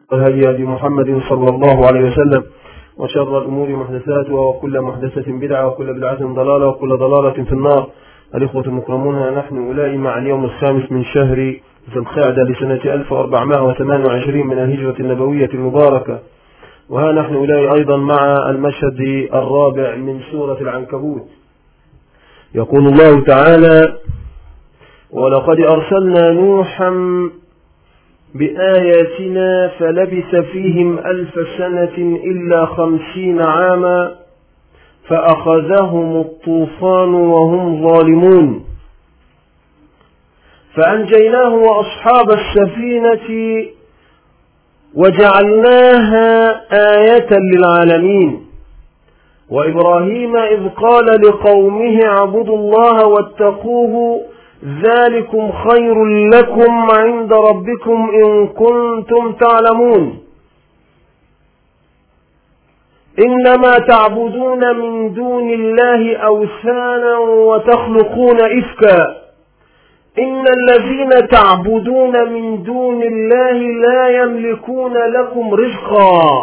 والهدي هدي محمد صلى الله عليه وسلم، وشر الأمور محدثاتها، وكل محدثة بدعة، وكل بدعة ضلالة، وكل ضلالة في النار. الإخوة المكرمون، نحن أولئك مع اليوم الخامس من شهر ذي القعدة لسنة 1428 من الهجرة النبوية المباركة، وها نحن أولئك أيضا مع المشهد الرابع من سورة العنكبوت. يقول الله تعالى: ولقد أرسلنا نوحا بآياتنا فلبث فيهم 1000 سنة إلا 50 عاما فأخذهم الطوفان وهم ظالمون فأنجيناه وأصحاب السفينة وجعلناها آية للعالمين. وإبراهيم إذ قال لقومه اعبدوا الله واتقوه ذلكم خير لكم عند ربكم إن كنتم تعلمون. إنما تعبدون من دون الله أوثانا وتخلقون إفكا إن الذين تعبدون من دون الله لا يملكون لكم رزقا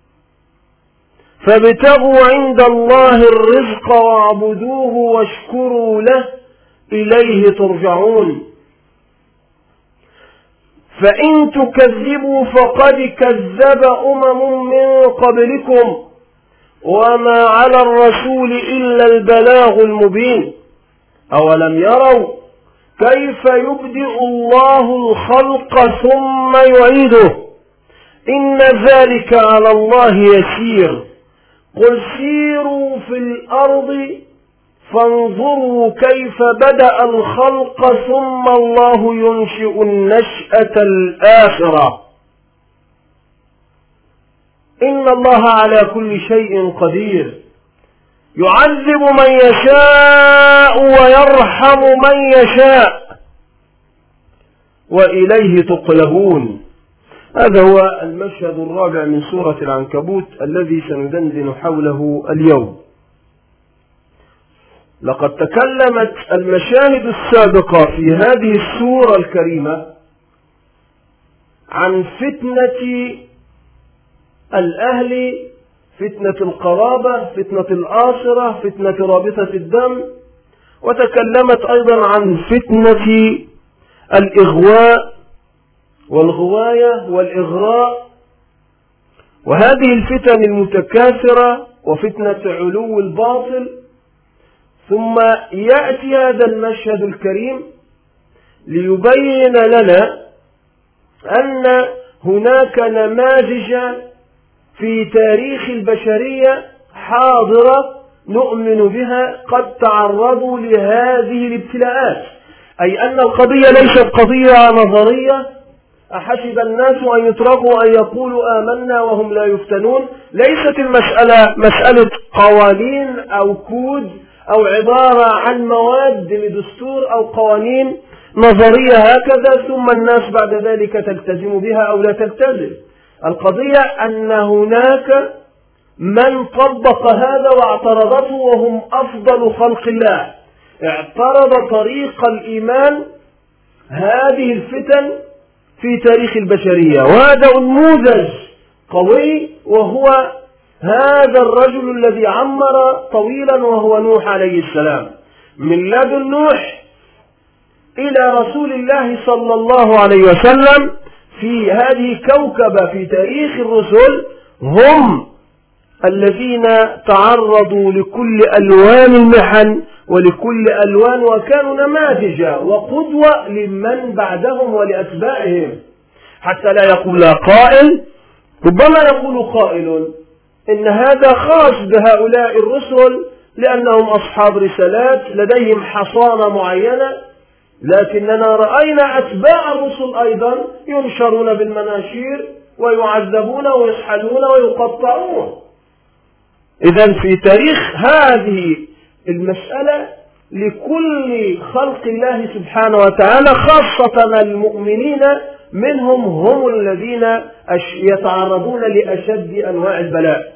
فابتغوا عند الله الرزق واعبدوه واشكروا له إليه ترجعون. فإن تكذبوا فقد كذب أمم من قبلكم وما على الرسول إلا البلاغ المبين. أولم يروا كيف يبدئ الله الخلق ثم يعيده إن ذلك على الله يسير. قل سيروا في الأرض فانظروا كيف بدأ الخلق ثم الله ينشئ النشأة الآخرة إن الله على كل شيء قدير يعذب من يشاء ويرحم من يشاء وإليه تقلبون. هذا هو المشهد الرابع من سورة العنكبوت الذي سندندن حوله اليوم. لقد تكلمت المشاهد السابقة في هذه السورة الكريمة عن فتنة الأهل، فتنة القرابة، فتنة الآصرة، فتنة رابطة الدم، وتكلمت أيضا عن فتنة الإغواء والغواية والإغراء، وهذه الفتن المتكاثرة وفتنة علو الباطل. ثم يأتي هذا المشهد الكريم ليبين لنا أن هناك نماذج في تاريخ البشرية حاضرة نؤمن بها قد تعرضوا لهذه الابتلاءات، أي أن القضية ليست قضية نظرية أحسب الناس أن يتركوا أن يقولوا آمنا وهم لا يفتنون. ليست المسألة مسألة قوانين أو كود أو عبارة عن مواد لدستور أو قوانين نظرية هكذا ثم الناس بعد ذلك تلتزم بها أو لا تلتزم. القضية أن هناك من طبق هذا واعترضته وهم أفضل خلق الله، اعترض طريق الإيمان هذه الفتن في تاريخ البشرية، وهذا نموذج قوي وهو هذا الرجل الذي عمر طويلا وهو نوح عليه السلام. من لدن نوح إلى رسول الله صلى الله عليه وسلم في هذه كوكبة في تاريخ الرسل هم الذين تعرضوا لكل ألوان المحن ولكل ألوان، وكانوا نماذج وقدوة لمن بعدهم ولأتباعهم، حتى لا يقول قائل، ربما يقول قائل إن هذا خاص بهؤلاء الرسل لأنهم أصحاب رسالات لديهم حصانة معينة، لكننا رأينا أتباع الرسل أيضا ينشرون بالمناشير ويعذبون ويسحلون ويقطعون. إذن في تاريخ هذه المسألة لكل خلق الله سبحانه وتعالى خاصة المؤمنين منهم هم الذين يتعرضون لأشد أنواع البلاء.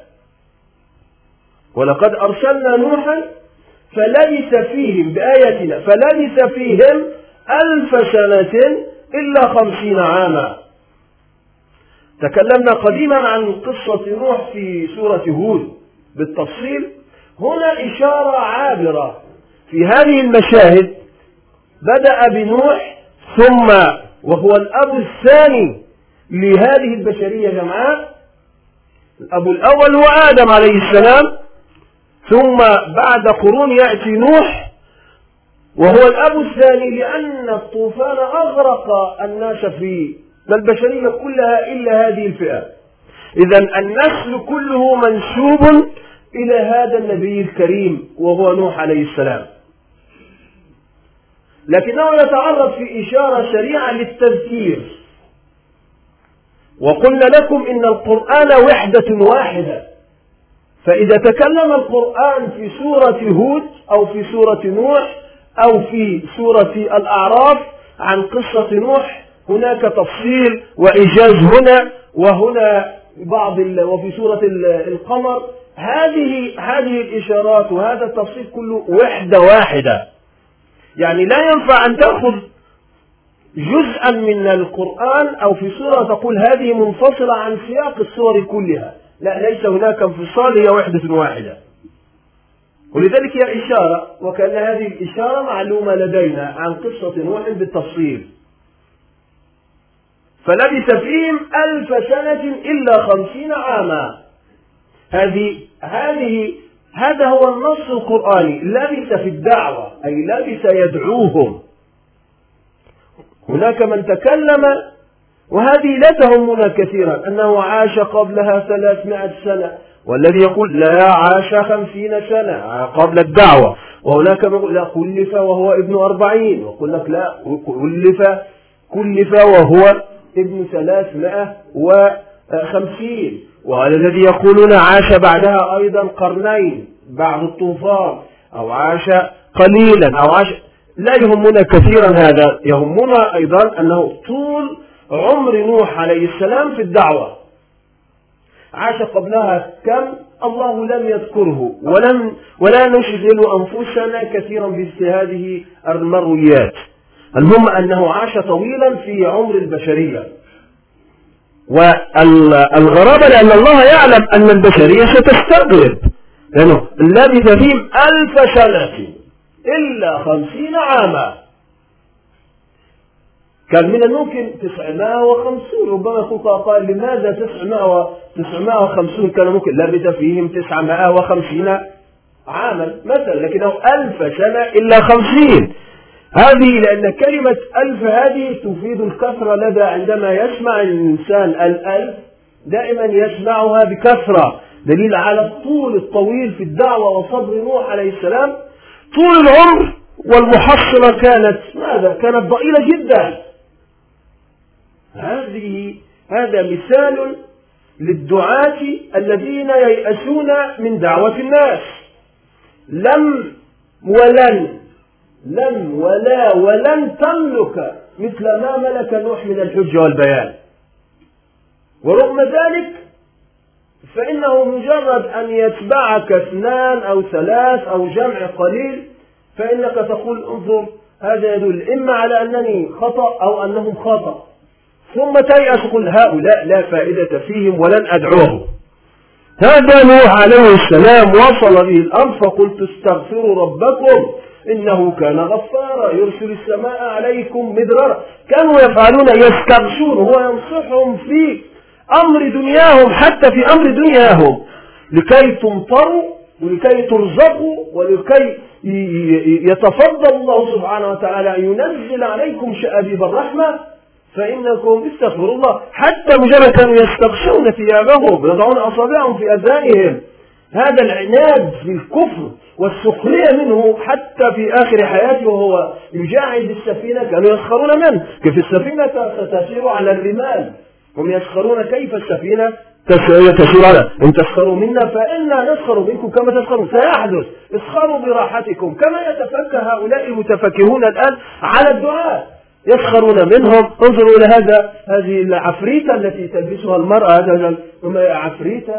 ولقد أرسلنا نوحا فلبث فيهم بآياتنا فلبث فيهم 1000 سنة إلا 50 عاما. تكلمنا قديما عن قصة نوح في سورة هود بالتفصيل. هنا إشارة عابرة في هذه المشاهد، بدأ بنوح ثم وهو الأب الثاني لهذه البشرية جمعاء. الأب الأول هو آدم عليه السلام، ثم بعد قرون يأتي نوح وهو الأب الثاني، لأن الطوفان أغرق الناس في البشرية كلها إلا هذه الفئة. إذن النسل كله منسوب إلى هذا النبي الكريم وهو نوح عليه السلام، لكنه يتعرض في إشارة سريعة للتذكير. وقلنا لكم إن القرآن وحدة واحدة، فإذا تكلم القرآن في سورة هود أو في سورة نوح أو في سورة الأعراف عن قصة نوح، هناك تفصيل وإيجاز هنا وهنا وفي سورة القمر. هذه الإشارات وهذا التفصيل كله وحدة واحدة. يعني لا ينفع أن تأخذ جزءا من القرآن أو في سورة تقول هذه منفصلة عن سياق السور كلها، لا، ليس هناك انفصال، هي وحدة واحدة. ولذلك هي إشارة، وكأن هذه الإشارة معلومة لدينا عن قصة نوح بالتفصيل. فلبث فيهم 1000 سنة إلا 50 عاما. هذا هو النص القرآني. لبث في الدعوة أي لبث يدعوهم. هناك من تكلم وهذه لا تهمنا كثيرا أنه عاش قبلها 300 سنة، والذي يقول لا عاش 50 سنة قبل الدعوة، وهناك من يقول لا كلف وهو ابن 40، ويقول لك لا كلف وهو ابن 350، والذي يقولون عاش بعدها أيضا قرنين بعد الطوفان، أو عاش قليلا أو عاش. لا يهمنا كثيرا هذا، يهمنا أيضا أنه طول عمر نوح عليه السلام في الدعوة. عاش قبلها كم؟ الله لم يذكره ولا نشغل أنفسنا كثيرا بهذه المرويات. المهم أنه عاش طويلا في عمر البشرية. والغرابة لأن الله يعلم أن البشرية ستستغرب، لأنه لبث فيهم 1000 سنة إلا 50 عاما. كان من الممكن 950، ربما يكون قال لماذا 950 كان ممكن لبث فيهم 950 عاما مثلا، لكنه 1000 سنة إلا 50. هذه لأن كلمة 1000 هذه تفيد الكثرة لدى، عندما يسمع الإنسان 1000 دائما يسمعها بكثرة، دليل على الطول الطويل في الدعوة وصبر نوح عليه السلام طول العمر. والمحصلة كانت ماذا؟ كانت ضئيلة جدا. هذا مثال للدعاة الذين ييأسون من دعوة الناس. لم ولن تملك مثل ما ملك نوح من الحجة والبيان. ورغم ذلك فإنه مجرد أن يتبعك 2 أو 3 أو جمع قليل فإنك تقول انظر هذا يدل إما على أنني خطأ أو أنهم خطأ، ثم تيأس تقول هؤلاء لا فائدة فيهم ولن أدعوهم. هذا نوح عليه السلام وصل به الأمر فقلت استغفروا ربكم إنه كان غفارا يرسل السماء عليكم مدرارا. كانوا يفعلون يستغشون، هو ينصحهم في أمر دنياهم، حتى في أمر دنياهم، لكي تمطروا ولكي ترزقوا ولكي يتفضل الله سبحانه وتعالى ينزل عليكم شآبيب الرحمة فإنكم استغفروا الله. حتى مجرد كانوا يستغشون ثيابهم يضعون أصابعهم في أذانهم. هذا العناد في الكفر والسخرية منه حتى في آخر حياته وهو يجاهد السفينة كانوا يسخرون منه. كيف السفينة تسير على الرمال، هم يسخرون كيف السفينة تسير على. إن تسخروا منا فإنا نسخر منكم كما تسخرون. سيحدث، اسخروا براحتكم كما يتفكه هؤلاء المتفكهون الآن على الدعاء، يسخرون منهم. انظروا إلى هذه العفريتة التي تلبسها المرأة، هذا عفريتة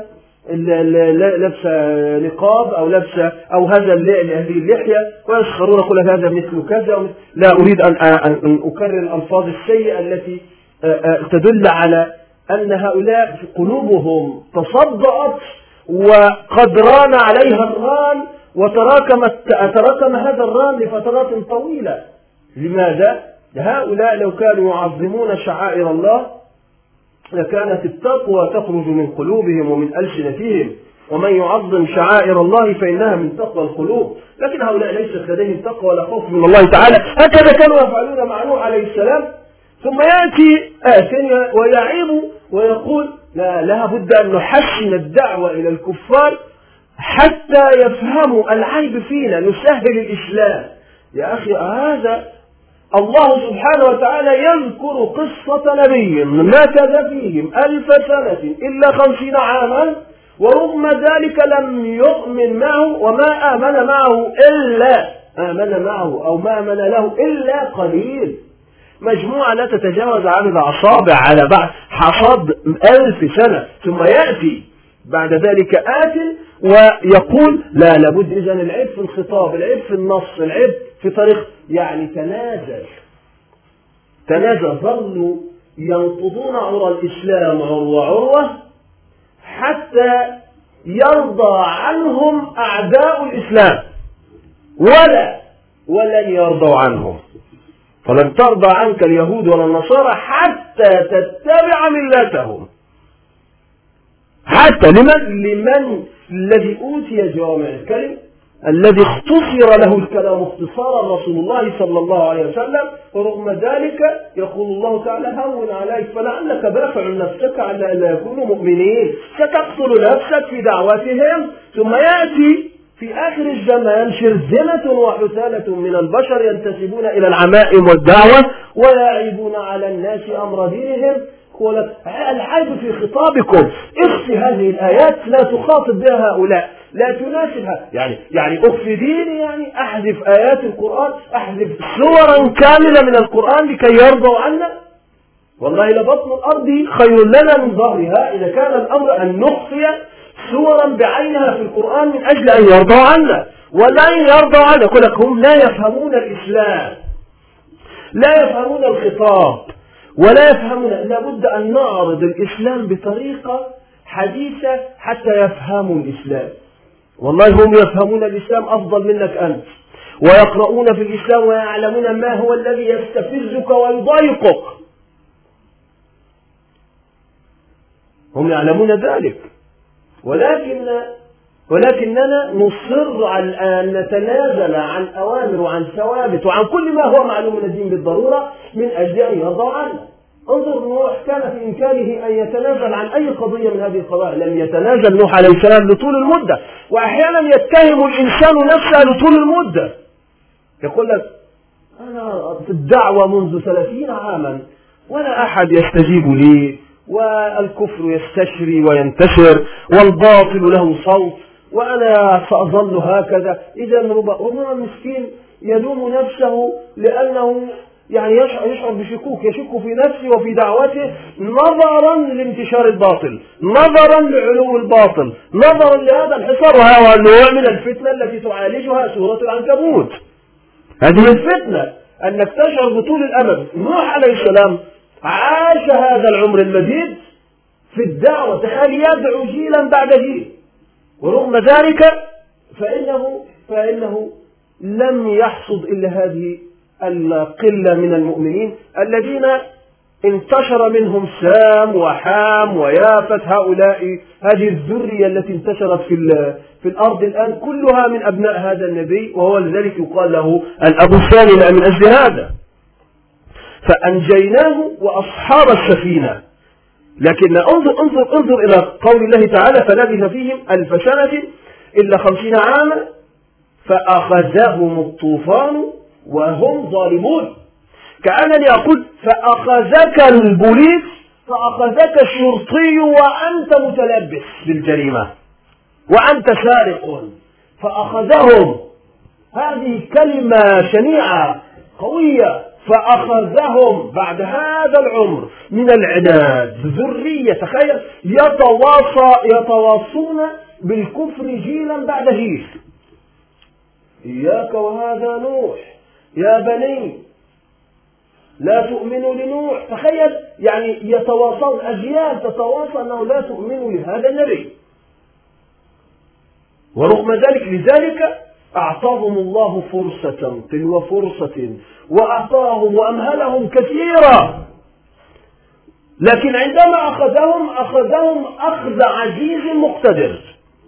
لابسه نقاب او لابسه او هذه اللحيه، ويسخرون يقول هذا مثل كذا. لا اريد ان اكرر الالفاظ السيئه التي تدل على أن هؤلاء في قلوبهم تصدأت وقد ران عليها الران وتراكم هذا الران لفترات طويلة. لماذا؟ هؤلاء لو كانوا يعظمون شعائر الله لكانت التقوى تخرج من قلوبهم ومن ألسنتهم، ومن يعظم شعائر الله فإنها من تقوى القلوب. لكن هؤلاء ليست لديهم تقوى ولا خوف من الله تعالى. هكذا كانوا يفعلون مع نوح عليه السلام. ثم يأتي ويعيب ويقول لا بد أن نحسن الدعوة إلى الكفار حتى يفهموا العيب فينا، نسهل الإسلام. يا أخي هذا الله سبحانه وتعالى يذكر قصة نبي مكث فيهم 1000 سنة إلا 50 عاما، ورغم ذلك لم يؤمن معه وما آمن معه ما آمن له إلا قليل. مجموعة لا تتجاوز عدد أصابع على بعض حصاد 1000 سنة. ثم يأتي بعد ذلك ويقول لابد إذن العيب في الخطاب، العيب في النص، العيب في طريق، يعني تنازل. ظلوا ينقضون عرى الإسلام عروة حتى يرضى عنهم أعداء الإسلام ولن يرضوا عنهم. فلن ترضى عنك اليهود ولا النصارى حتى تتبع ملتهم. حتى لمن الذي أوتي جوامع الكلم، الذي اختصر له الكلام اختصارا رسول الله صلى الله عليه وسلم، ورغم ذلك يقول الله تعالى هون عليك فلعلك باخع نفسك على ألا يكونوا مؤمنين، ستقتل نفسك في دعوتهم. ثم يأتي في آخر الزمان شرذمة وحثالة من البشر ينتسبون إلى العمائم والدعوة ويعيبون على الناس أمر دينهم. العيب في خطابكم، اخفي هذه الآيات، لا تخاطب بها هؤلاء، لا تناسبها. يعني اخفي ديني، يعني احذف آيات القرآن، احذف سورا كاملة من القرآن لكي يرضوا عنا. والله لبطن الأرض خير لنا من ظهرها إذا كان الأمر أن نخفي سورا بعينها في القرآن من أجل أن يرضوا عنا. ولن يرضوا عنا، كلك هم لا يفهمون الإسلام، لا يفهمون الخطاب، ولا يفهمون. لابد أن نعرض الإسلام بطريقة حديثة حتى يفهموا الإسلام. والله هم يفهمون الإسلام أفضل منك أنت، ويقرؤون في الإسلام ويعلمون ما هو الذي يستفزك ويضايقك، هم يعلمون ذلك. ولكننا نصر على أن نتنازل عن أوامر وعن ثوابت وعن كل ما هو معلوم من الدين بالضرورة من أجل أن يرضوا عنا. انظر نوح كان في إمكانه أن يتنازل عن أي قضية من هذه القضايا، لم يتنازل نوح عليه السلام لطول المدة. وأحيانا يتهم الإنسان نفسه لطول المدة، يقول لك أنا في الدعوة منذ 30 عاما ولا أحد يستجيب لي، والكفر يستشري وينتشر والباطل له صوت وأنا سأظل هكذا. إذا ربما مسكين يلوم نفسه لأنه يعني يشعر بشكوك، يشك في نفسه وفي دعوته نظرا لانتشار الباطل، نظرا لعلو الباطل، نظرا لهذا الحصار. وهذا النوع من الفتنة التي تعالجها سورة العنكبوت. هذه الفتنة أنك تشعر بطول الأمد. نوح عليه السلام عاش هذا العمر المديد في الدعوة، تخيل يدعو جيلا بعد جيل، ورغم ذلك فإنه لم يحصد إلا هذه القلة من المؤمنين الذين انتشر منهم سام وحام ويافت. هذه الذرية التي انتشرت في الأرض الآن كلها من أبناء هذا النبي، وهو لذلك يقال له الأبو الثاني من أجل هذا. فأنجيناه وأصحاب السفينة. لكن انظر إلى قول الله تعالى فلبث فيهم 1000 سنة إلا 50 عاما فأخذهم الطوفان وهم ظالمون. كأنني أقول فأخذك البوليس، فأخذك الشرطي وأنت متلبس بالجريمة وأنت سارق، فأخذهم. هذه كلمة شنيعة قوية. فأخذهم بعد هذا العمر من العناد ذرية، تخيل يتواصون بالكفر جيلا بعد جيل. إياك وهذا نوح يا بني لا تؤمنوا لنوح. تخيل يعني يتواصل أجيال تتواصل أنه لا تؤمنوا لهذا النبي. ورغم ذلك لذلك أعطاهم الله فرصة تلو فرصة وأعطاهم وأمهلهم كثيرا، لكن عندما أخذهم أخذ عزيز مقتدر،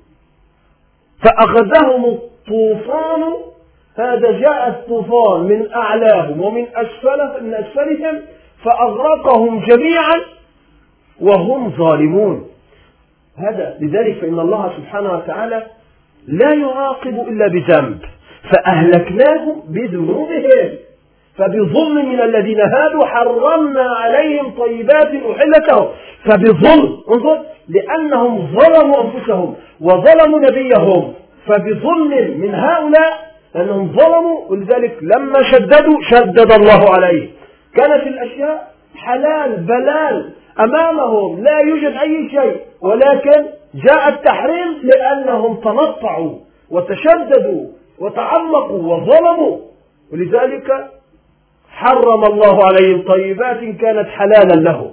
فأخذهم الطوفان. هذا جاء الطوفان من أعلاهم ومن أسفلهم فأغرقهم جميعا وهم ظالمون. هذا لذلك فإن الله سبحانه وتعالى لا يعاقب إلا بذنب، فأهلكناهم بذنوبهم. فبظلم من الذين هادوا حرمنا عليهم طيبات أحلت لهم. فبظلم، انظر، لأنهم ظلموا أنفسهم وظلموا نبيهم، فبظلم من هؤلاء لأنهم ظلموا، ولذلك لما شددوا شدد الله عليه. كانت الأشياء حلال بلال أمامهم، لا يوجد أي شيء، ولكن جاء التحريم لأنهم تنطعوا وتشددوا وتعمقوا وظلموا، ولذلك حرم الله عليهم طيبات كانت حلالا له.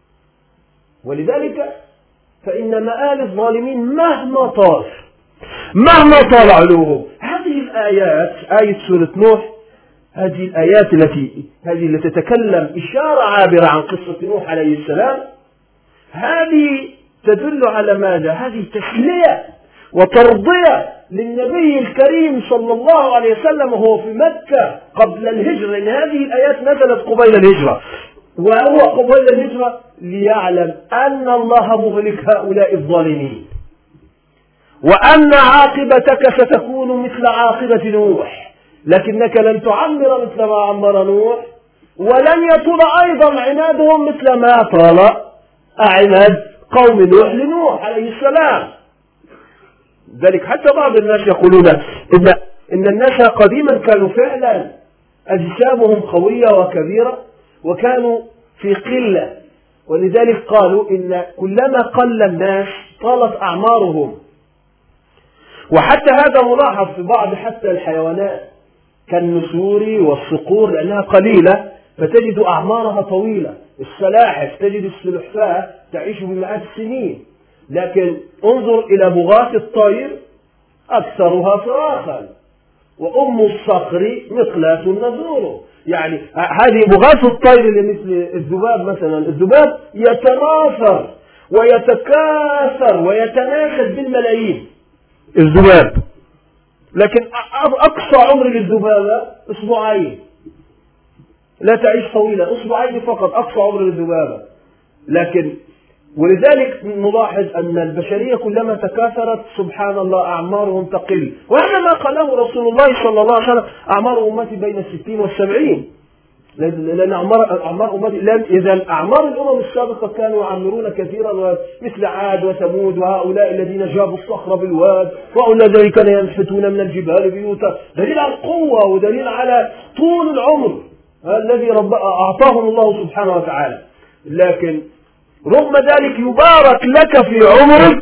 ولذلك فإن مآل الظالمين مهما طال علوهم. هذه الآيات، آية سورة نوح، هذه الآيات التي تتكلم إشارة عابرة عن قصة نوح عليه السلام، هذه تدل على ماذا؟ هذه تسلية وترضية للنبي الكريم صلى الله عليه وسلم وهو في مكة قبل الهجرة، لأن هذه الآيات نزلت قبيل الهجرة، وهو قبيل الهجرة ليعلم أن الله مهلك هؤلاء الظالمين، وأن عاقبتك ستكون مثل عاقبة نوح، لكنك لن تعمر مثل ما عمر نوح، ولن يطول أيضا عنادهم مثل ما طال عناد قوم نوح لنوح عليه السلام. ذلك حتى بعض الناس يقولون إن الناس قديما كانوا فعلا أجسامهم قوية وكبيرة وكانوا في قلة، ولذلك قالوا إن كلما قل الناس طالت أعمارهم. وحتى هذا ملاحظ في بعض حتى الحيوانات كالنسور والصقور، لأنها قليلة فتجد أعمارها طويلة. السلاحف تجد السلحفاة تعيش بمئات السنين، لكن انظر إلى بغاث الطير أكثرها فراخا، وأم الصقر مقلاة النزور. يعني هذه بغاث الطير اللي مثل الذباب مثلا، الذباب يتناثر ويتكاثر ويتناسل بالملايين الذباب، لكن أقصى عمر للذبابة أسبوعين، لا تعيش طويلة، أسبوعين فقط أقصى عمر للذبابة. لكن ولذلك نلاحظ أن البشرية كلما تكاثرت سبحان الله أعمارهم تقل، وهذا ما قاله رسول الله صلى الله عليه وسلم: أعمار أمتي بين 60 و70، لأن أعمار أمتي إذا أعمار الأمم السابقة كانوا يعمرون كثيرا، مثل عاد وثمود وهؤلاء الذين جابوا الصخر بالواد، وهؤلاء الذين كانوا ينحتون من الجبال بيوتا، دليل على القوة ودليل على طول العمر الذي أعطاهم الله سبحانه وتعالى. لكن رغم ذلك يبارك لك في عمرك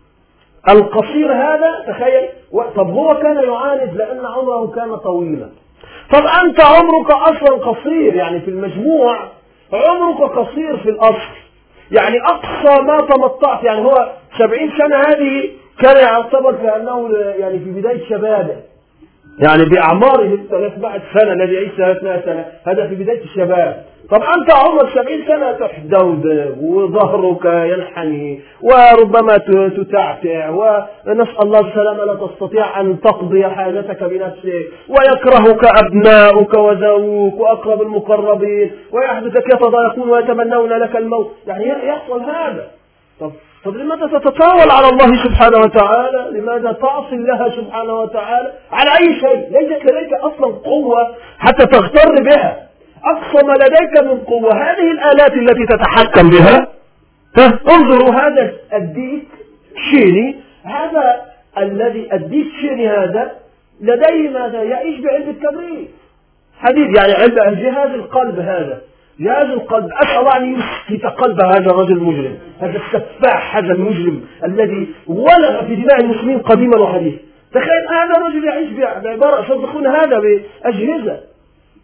القصير هذا. تخيل، طب هو كان يعاند لأن عمره كان طويلا، طب أنت عمرك أصلا قصير، يعني في المجموع عمرك قصير في الأصل، يعني أقصى ما تمتعت، يعني هو 70 سنة هذه كان يعتبر كأنه يعني في بداية شبابه، يعني بأعماره 300 سنة، الذي يعيش 300 سنة هذا في بداية الشباب. طب أنت عمرك 70 سنة تحدود وظهرك ينحني وربما تتعتع، ونسأل الله السلامة لا تستطيع أن تقضي حاجتك بنفسك، ويكرهك أبناؤك وزوجك وأقرب المقربين، ويحدثك يتضايقون ويتمنون لك الموت، يعني يحصل هذا. طب لماذا تتطاول على الله سبحانه وتعالى؟ لماذا تعصي الله سبحانه وتعالى على أي شيء؟ ليس لديك أصلا قوة حتى تغتر بها، أقصى ما لديك من قوة هذه الآلات التي تتحكم بها. انظروا هذا الديك شيني، هذا الذي الديك شيني هذا لديه ماذا؟ يعيش بعلبة كبريت حديد، يعني جهاز القلب، هذا جهاز القلب. أسأل الله أن يسكت قلب هذا الرجل المجرم، هذا السفاح، هذا المجرم الذي ولغ في دماء المسلمين قديما وحديثا. تخيل هذا الرجل يعيش بعبارة صدقون هذا بأجهزة،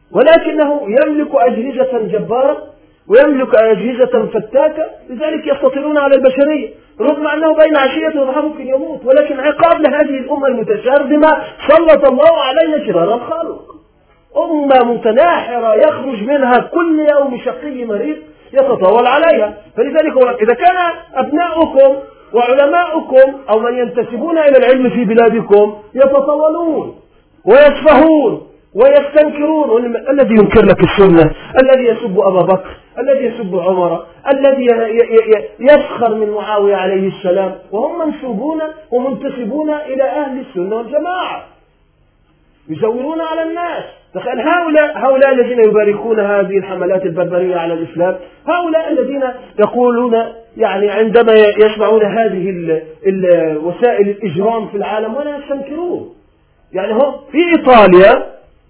ولكنه يملك أجهزة جبارة ويملك أجهزة فتاكة، لذلك يستطيلون على البشرية، رغم أنه بين عشية وضحى ممكن يموت، ولكن عقاب لهذه الأمة المتشرذمة سلط الله علينا شرار الخلق. أمة متناحرة يخرج منها كل يوم شقي مريض يتطاول عليها. فلذلك إذا كان أبناؤكم وعلماؤكم أو من ينتسبون إلى العلم في بلادكم يتطاولون ويسفهون ويستنكرون، الذي ينكر لك السنة، الذي يسب أبا بكر، الذي يسب عمر، الذي يسخر من معاوية عليه السلام، وهم منسوبون ومنتسبون إلى أهل السنة والجماعة، يزورون على الناس. تخيل هؤلاء الذين يباركون هذه الحملات البربرية على الإسلام، هؤلاء الذين يقولون يعني عندما يسمعون هذه وسائل الإجرام في العالم ولا يستنكرون. يعني هم في إيطاليا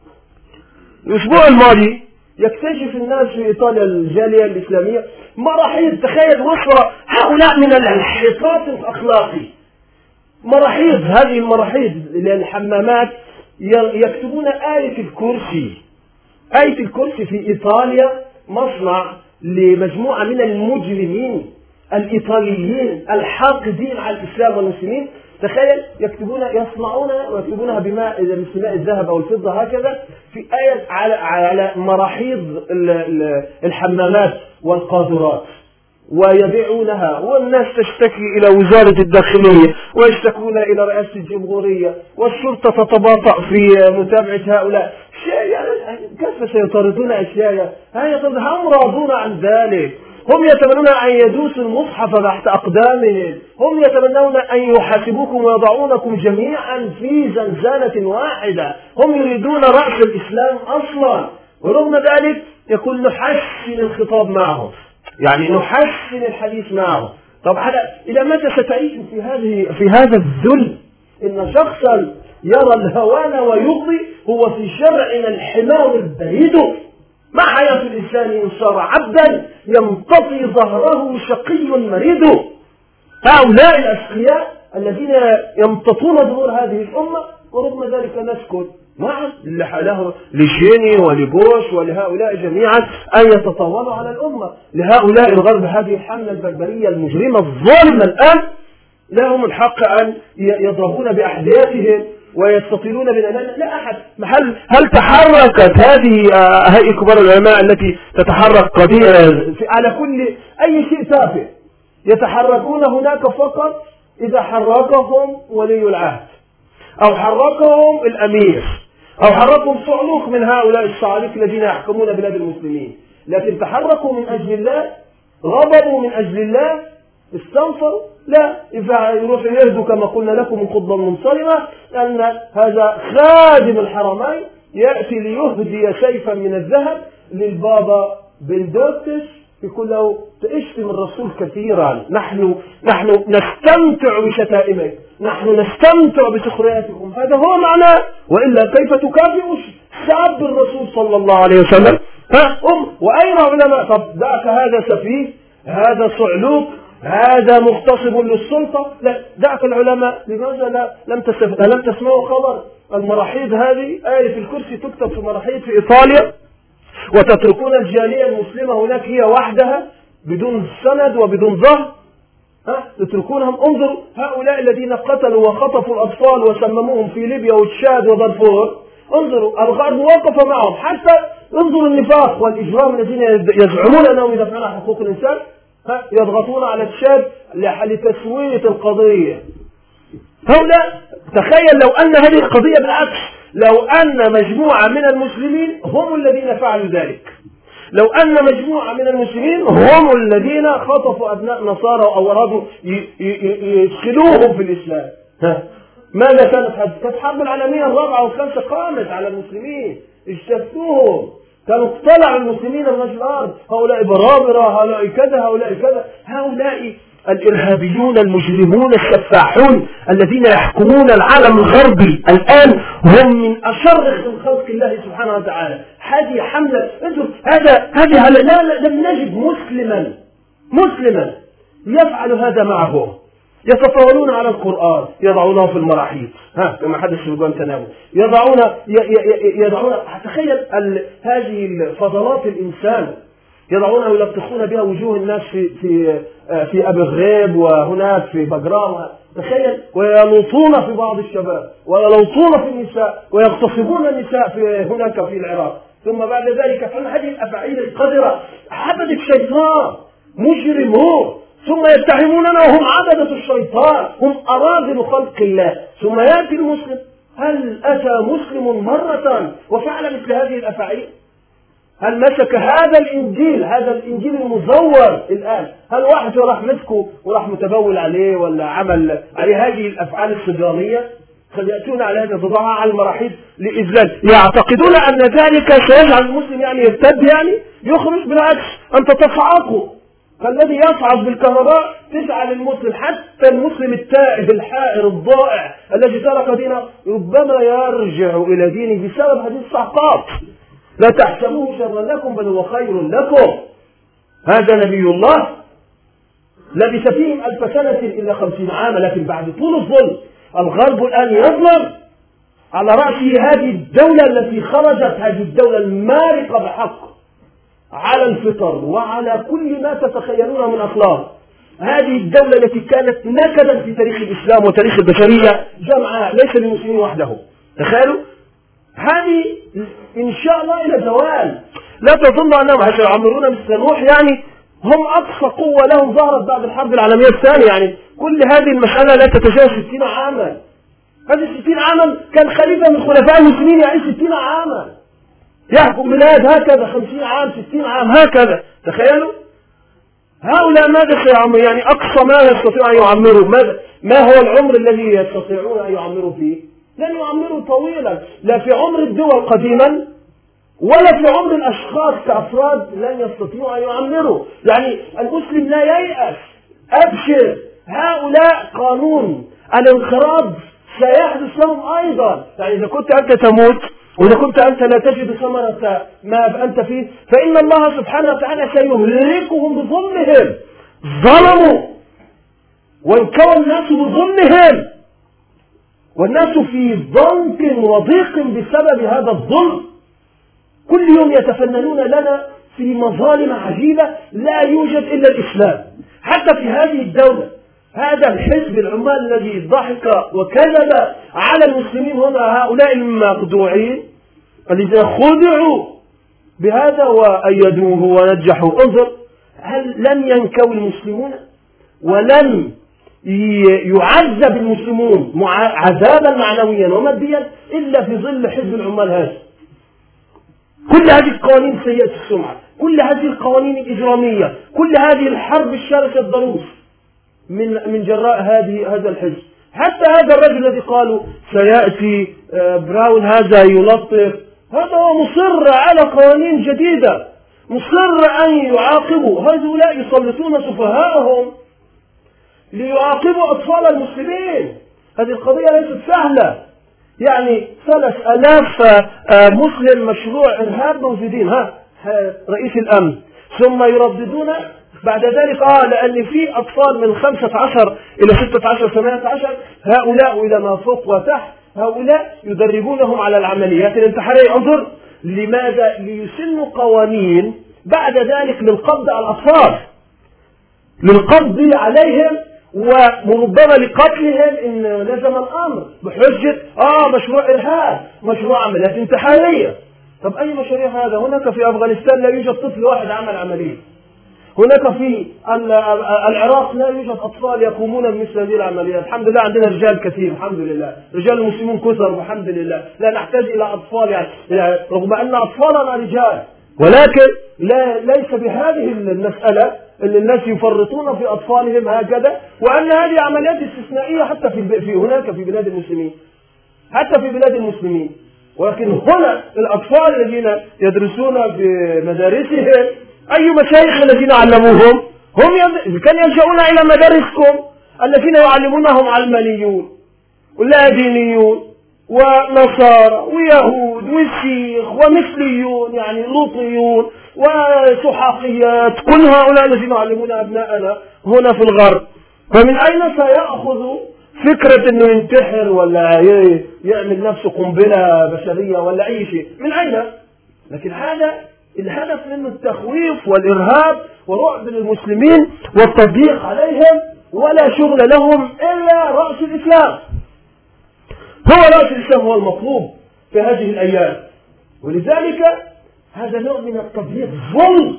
الأسبوع الماضي يكتشف الناس في إيطاليا الجالية الإسلامية مراحيض، تخيل وصل هؤلاء من الانحطاط الأخلاقي، مراحيض، هذه المراحيض للحمامات يكتبون آية الكرسي. آية الكرسي في إيطاليا مصنع لمجموعة من المجرمين الإيطاليين الحاقدين على الإسلام والمسلمين. تخيل يصنعون ويكتبونها بماء الذهب أو الفضة هكذا في آية على مراحيض الحمامات والقاذورات ويبيعونها، والناس تشتكي إلى وزارة الداخلية ويشتكون إلى رئاسة الجمهورية، والشرطة تتباطأ في متابعة هؤلاء. كيف سيطردون أشياء؟ هم راضون عن ذلك، هم يتمنون أن يدوسوا المصحف تحت أقدامهم، هم يتمنون أن يحاسبوكم ويضعونكم جميعا في زنزانة واحدة، هم يريدون رأس الإسلام أصلا. ورغم ذلك يقول نحسن الخطاب معهم، يعني نحسن الحديث معهم. طب إلى متى ستعيش في هذا الذل؟ إن شخصا يرى الهوان ويغضي هو في شرعنا الحمار البريد. ما حياة الإنسان إن صار عبدا يمتطي ظهره شقي مريد. هؤلاء الأشقياء الذين يمتطون ظهور هذه الأمة، ورغم ذلك نسكت. نعم، لشيني ولبوش ولهؤلاء جميعا أن يتطاولوا على الأمة. لهؤلاء الغرب هذه الحملة البربرية المجرمة الظالمة الآن لهم الحق أن يضربون بأحذيتهم ويستطيلون بالأمان. لا أحد. هل تحركت هذه هيئة كبار العلماء التي تتحرك قضية على كل أي شيء تافه؟ يتحركون هناك فقط إذا حركهم ولي العهد أو حركهم الأمير أو حركهم صعلوك من هؤلاء الصعاليك الذين يحكمون بلاد المسلمين. لكن تحركوا من أجل الله، غضبوا من أجل الله، استنصروا، لا، إذا يروح يهدوا كما قلنا لكم من خطبة منصرمة أن هذا خادم الحرمين يأتي ليهدي سيفا من الذهب للبابا بندوتس يقول له تشتم الرسول كثيرا، نحن نستمتع بشتائمك، نحن نستمتع بسخرياتكم. هذا هو معناه، وإلا كيف تكافئ سب الرسول صلى الله عليه وسلم؟ وأين علماء؟ طب دعك هذا سفيه، هذا صعلوك، هذا مغتصب للسلطة. لا، دعك العلماء. لماذا لم تسمعوا خبر المراحيض هذه؟ آية الكرسي تكتب في مراحيض في إيطاليا، وتتركون الجالية المسلمة هناك هي وحدها بدون سند وبدون ظهر، تتركونهم. انظروا هؤلاء الذين قتلوا وخطفوا الأطفال وسمموهم في ليبيا وتشاد ودارفور، انظروا الغرب وقف معهم. حتى انظروا النفاق والإجرام الذين يزعمون أنهم يدافعون عن حقوق الإنسان، يضغطون على تشاد لتسوية القضية. هؤلاء تخيل لو أن هذه القضية بالعكس، لو أن مجموعة من المسلمين هم الذين فعلوا ذلك، لو أن مجموعة من المسلمين هم الذين خطفوا أبناء نصارى أو أرادوا يدخلوهم في الإسلام، ماذا كانت الحرب العالمية الرابعة والخامسة قامت على المسلمين، اجتثوهم، كانوا اقتلعوا المسلمين من وجه الأرض. هؤلاء برابرة، هؤلاء كذا، هؤلاء كذا، هؤلاء الإرهابيون المجرمون السفاحون الذين يحكمون العالم الغربي الآن هم من أشر خلق الله سبحانه وتعالى. هذه حملة، هذه لم نجد مسلما يفعل هذا معه. يتطاولون على القرآن، يضعونه في المراحيض كما حدث في جوانتنامو، يضعون تخيل هذه فضلات الإنسان يضعونها ويلطخون بها وجوه الناس في أبي غريب وهناك في بجرام، تخيل، ويلوطون في بعض الشباب ويلوطون في النساء ويغتصبون النساء هناك في العراق. ثم بعد ذلك فعل هذه الأفاعيل القذرة عبدة الشيطان، مجرمون، ثم يتهموننا وهم عبدة الشيطان، هم أراذل خلق الله. ثم يأتي المسلم، هل أتى مسلم مرة وفعل مثل هذه الأفاعيل؟ هل مسك هذا الإنجيل المزور الآن، هل واحد راح مسكه وراح متبول عليه ولا عمل عليه هذه الأفعال الصبيانية؟ فيأتون على هذا تضعها على المراحيض لإذلال، يعتقدون أن ذلك سيجعل المسلم يرتد يخرج. بالعكس، أنت تصعقه فالذي يصعد بالكهرباء تجعل المسلم، حتى المسلم التائه الحائر الضائع الذي ترك دينه ربما يرجع إلى دينه بسبب هذه الصعقات. لا تحسبوه شرا لكم بل هو خير لكم. هذا نبي الله لبث فيهم 1000 سنة إلا 50 عاما، لكن بعد طول الظلم الغرب الآن يظلم على رأسه هذه الدولة التي خرجت، هذه الدولة المارقة بحق على الفطر وعلى كل ما تتخيلونه من أخلاق. هذه الدولة التي كانت نكدا في تاريخ الإسلام وتاريخ البشرية جمعاء، ليس للمسلمين وحده. تخيلوا هذه إن شاء الله إلى زوال. لا تظن أنهم سيعمرون مثل نوح، هم أقصى قوة لهم ظهرت بعد الحرب العالمية الثانية. كل هذه المسألة لا تتجاوز 60 عاما. هذه 60 عاما كان خليفة من خلفاء المسلمين يعيش 60 عاما، يحكم بلاد هكذا 50 عام 60 عام هكذا. تخيلوا هؤلاء ماذا سيعمروا؟ أقصى ما يستطيع أن يعمروا، ما هو العمر الذي يستطيعون أن يعمروا فيه؟ لن يعمروا طويلا، لا في عمر الدول قديما ولا في عمر الأشخاص كأفراد لن يستطيعوا أن يعمروا. المسلم لا ييأس، أبشر، هؤلاء قانون الانقراض سيحدث لهم أيضا. إذا كنت أنت تموت وإذا كنت أنت لا تجد ثمرة ما أنت فيه، فإن الله سبحانه وتعالى سيهلكهم بظلمهم. ظلموا وانكوى الناس بظلمهم، والناس في ضنك وضيق بسبب هذا الظلم. كل يوم يتفننون لنا في مظالم عجيبة لا يوجد إلا الإسلام. حتى في هذه الدولة هذا الحزب العمال الذي ضحك وكذب على المسلمين هم هؤلاء المخدوعين الذين خدعوا بهذا وأيدوه ونجحوا. انظر، هل لم ينكوا المسلمون ولم يعذب المسلمون عذابا معنويا وماديا إلا في ظل حزب العمال هذا؟ كل هذه القوانين سيئة السمعة، كل هذه القوانين الإجرامية، كل هذه الحرب الشرسة الضروس من جراء هذا الحزب. حتى هذا الرجل الذي قالوا سيأتي براون هذا يلطف، هذا هو مصر على قوانين جديدة، مصر أن يعاقبوا. هؤلاء يسلطون سفهاءهم ليعاقبوا أطفال المسلمين. هذه القضية ليست سهلة. 3000 مسلم مشروع إرهاب موجودين، رئيس الأمن، ثم يرددون بعد ذلك لأن في أطفال من 15 إلى 16 18 هؤلاء إلى ما فوق وتحت، هؤلاء يدربونهم على العمليات الانتحارية. انظر لماذا؟ ليسنوا قوانين بعد ذلك للقبض على الأطفال، للقبض عليهم وربما لقتلهم إن لزم الأمر بحجة مشروع إرهاب، مشروع عمليات انتحارية. طب أي مشاريع هذا؟ هناك في أفغانستان لا يوجد طفل واحد عمل عملية، هناك في العراق لا يوجد أطفال يقومون بمثل هذه العمليات. الحمد لله عندنا رجال كثير، الحمد لله رجال المسلمون كثر والحمد لله، لا نحتاج إلى أطفال رغم أن أطفالنا رجال، ولكن ليس بهذه المسألة أن الناس يفرطون في أطفالهم هكذا، وأن هذه عمليات استثنائية حتى في هناك في بلاد المسلمين، حتى في بلاد المسلمين. ولكن هنا الأطفال الذين يدرسون في مدارسهم أي مشايخ الذين علموهم؟ هم كانوا يلجؤون إلى مدارسكم الذين يعلمونهم علمانيون ولا دينيون ونصارى ويهود وشيخ ومثليون لوطيون وسحاقيات، كل هؤلاء الذين يعلمون أبناءنا هنا في الغرب. فمن أين سيأخذ فكرة أنه ينتحر ولا يعمل نفسه قنبلة بشرية ولا أي شيء؟ من أين؟ لكن هذا الهدف منه التخويف والإرهاب ورعب للمسلمين والتضييق عليهم، ولا شغل لهم إلا رأس الإسلام. هو رأس الإسلام هو المطلوب في هذه الأيام، ولذلك هذا نوع من التضييق، ظلم،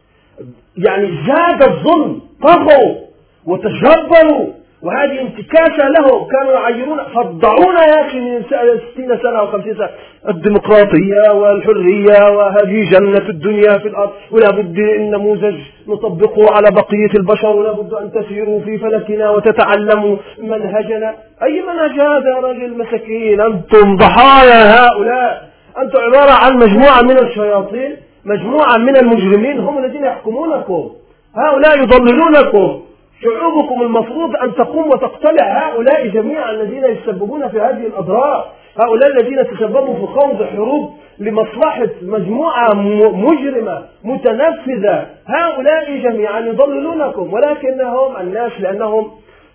يعني زاد الظلم، طغوا وتجبروا، وهذه انتكاسة لهم. كانوا يعيرون فضعونا يا أخي من 60 سنة أو 50 سنة الديمقراطية والحرية وهذه جنة الدنيا في الأرض، ولا بد النموذج نطبقه على بقية البشر، ولا بد أن تسيروا في فلكنا وتتعلموا منهجنا. أي منهج هذا يا رجل؟ مساكين، أنتم ضحايا هؤلاء، أنتم عبارة عن مجموعة من الشياطين، مجموعة من المجرمين هم الذين يحكمونكم، هؤلاء يضللونكم. شعوبكم المفروض أن تقوم وتقتلع هؤلاء جميعا الذين يسببون في هذه الأضرار، هؤلاء الذين تسببوا في خوض حروب لمصلحة مجموعة مجرمة متنفذة، هؤلاء جميعا يضللونكم. ولكنهم الناس لأنهم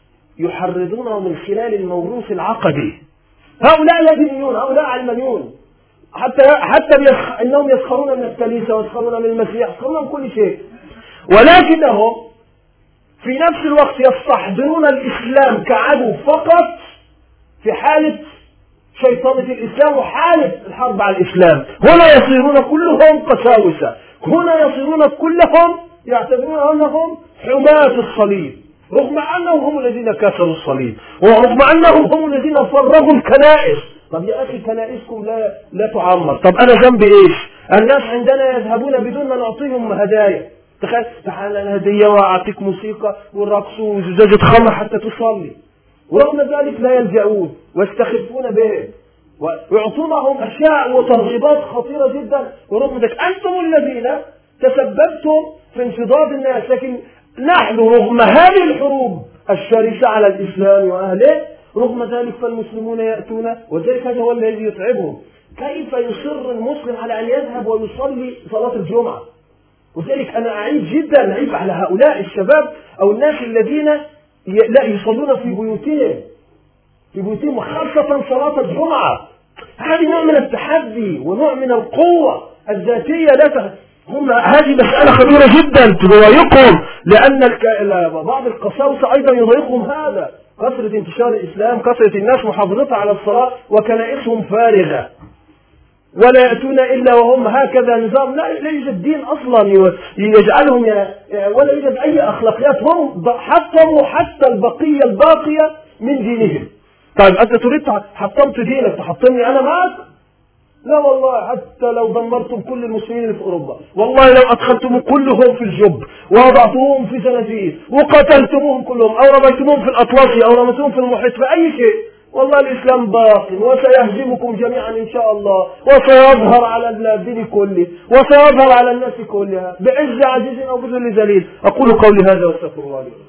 يحرضونهم من خلال الموروث العقدي، هؤلاء لدينيون، هؤلاء علمانيون، حتى إنهم يسخرون من الكنيسة ويسخرون من المسيح، يسخرون من كل شيء، ولكنهم في نفس الوقت يستحضرون الإسلام كعدو فقط في حالة شيطنة الإسلام وحالة الحرب على الإسلام. هنا يصيرون كلهم قساوسة، هنا يصيرون كلهم يعتبرون أنهم حماة الصليب، رغم أنهم هم الذين كسروا الصليب، ورغم أنهم هم الذين فرغوا الكنائس. طب يا أخي كنائسكم لا تعمر، طب أنا ذنبي إيش؟ الناس عندنا يذهبون بدون ما نعطيهم هدايا. تخيل، تعال الهدية وأعطيك موسيقى والرقص وزجاجة خمر حتى تصلي، ورغم ذلك لا يلجؤون ويستخفون بهم ويعطونهم أشياء وترغيبات خطيرة جدا، ورغم ذلك أنتم الذين تسببتم في انفضاض الناس. لكن نحن رغم هذه الحروب الشرسة على الإسلام وأهله، رغم ذلك فالمسلمون يأتون، وذلك هذا هو الذي يتعبهم. كيف يصر المسلم على أن يذهب ويصلي صلاة الجمعة؟ وذلك أنا أعيب جدا، أعيب على هؤلاء الشباب أو الناس الذين لا يصلون في بيوتهم وخاصة صلاة الجمعة. هذه نوع من التحدي ونوع من القوة الذاتية. هذه مسألة خطيرة جدا تضايقهم، لأن بعض القساوسة أيضا يضايقهم هذا، كثرة انتشار الإسلام، كثرة الناس محافظتها على الصلاة وكنائسهم فارغة، ولا يأتون إلا وهم هكذا نظام. لا يوجد دين أصلا يجعلهم ولا يوجد أي أخلاقيات، هم حطموا حتى البقية الباقية من دينهم. طيب أنت تريد حطمت دينك تحطمني أنا معك؟ لا والله، حتى لو دمرتم كل المسلمين اللي في أوروبا، والله لو أدخلتم كلهم في الجب ووضعتموهم في زنازير وقتلتموهم كلهم أو رميتموهم في الأطلسي أو رميتموهم في المحيط في أي شيء، والله الإسلام باق وسيهزمكم جميعا إن شاء الله، وسيظهر على الدين كله وسيظهر على الناس كلها بعز عزيز أو بذل ذليل. أقول قولي هذا واستغفر الله لي.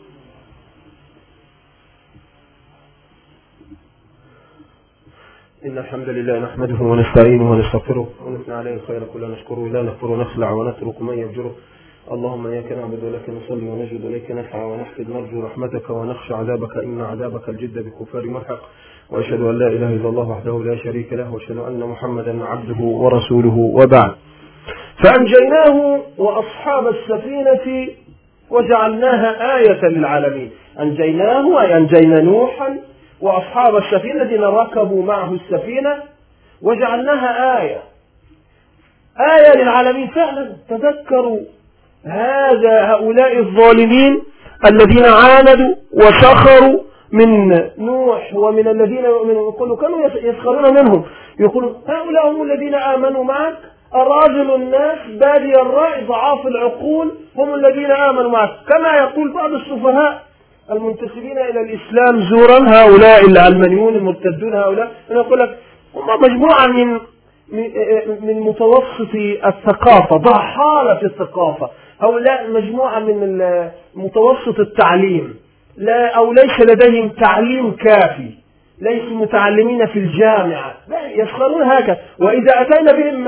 إن الحمد لله نحمده ونستعينه ونستغفره ونثني عليه الخير كله نشكره لا نكفر ونخلع ونترك من يفجره. اللهم إياك نعبد ولك نصلي ونسجد إليك نسعى ونحفظ نرجو رحمتك ونخشى عذابك إن عذابك الجد بالكفار ملحق. وأشهد أن لا إله إلا الله وحده لا شريك له وأشهد أن محمدا عبده ورسوله. وبعد، فأنجيناه وأصحاب السفينة وجعلناها آية للعالمين. أنجيناه أي أنجينا نوحا وأصحاب السفينة الذين ركبوا معه السفينة وجعلناها آية للعالمين. فعلا تذكروا هؤلاء الظالمين الذين عاندوا وسخروا من نوح ومن الذين يقولوا كانوا يسخرون منهم، يقولوا هؤلاء هم الذين آمنوا معك، أراذل الناس بادي الرأي ضعاف العقول هم الذين آمنوا معك. كما يقول بعض السفهاء المنتسبين إلى الإسلام زورا، هؤلاء العلمانيون المرتدون، هؤلاء يقول لك هم مجموعة من متوسط الثقافة، ضحالة الثقافة، هؤلاء مجموعة من متوسط التعليم، لا أو ليس لديهم تعليم كافي، ليسوا متعلمين في الجامعة، يسخرون هكذا. وإذا أتينا بهم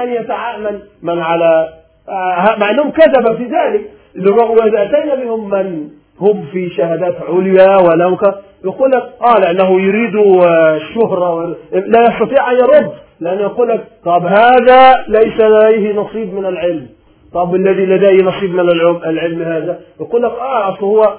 من على مع أنهم كذب في ذلك، وإذا أتينا بهم من هم في شهادات عليا ولو يقول لك لأنه يريد الشهرة لا يستطيع أن يرد، لأنه يقول لك طب هذا ليس لديه نصيب من العلم، طب الذي لديه نصيب من العلم هذا يقول لك أصل هو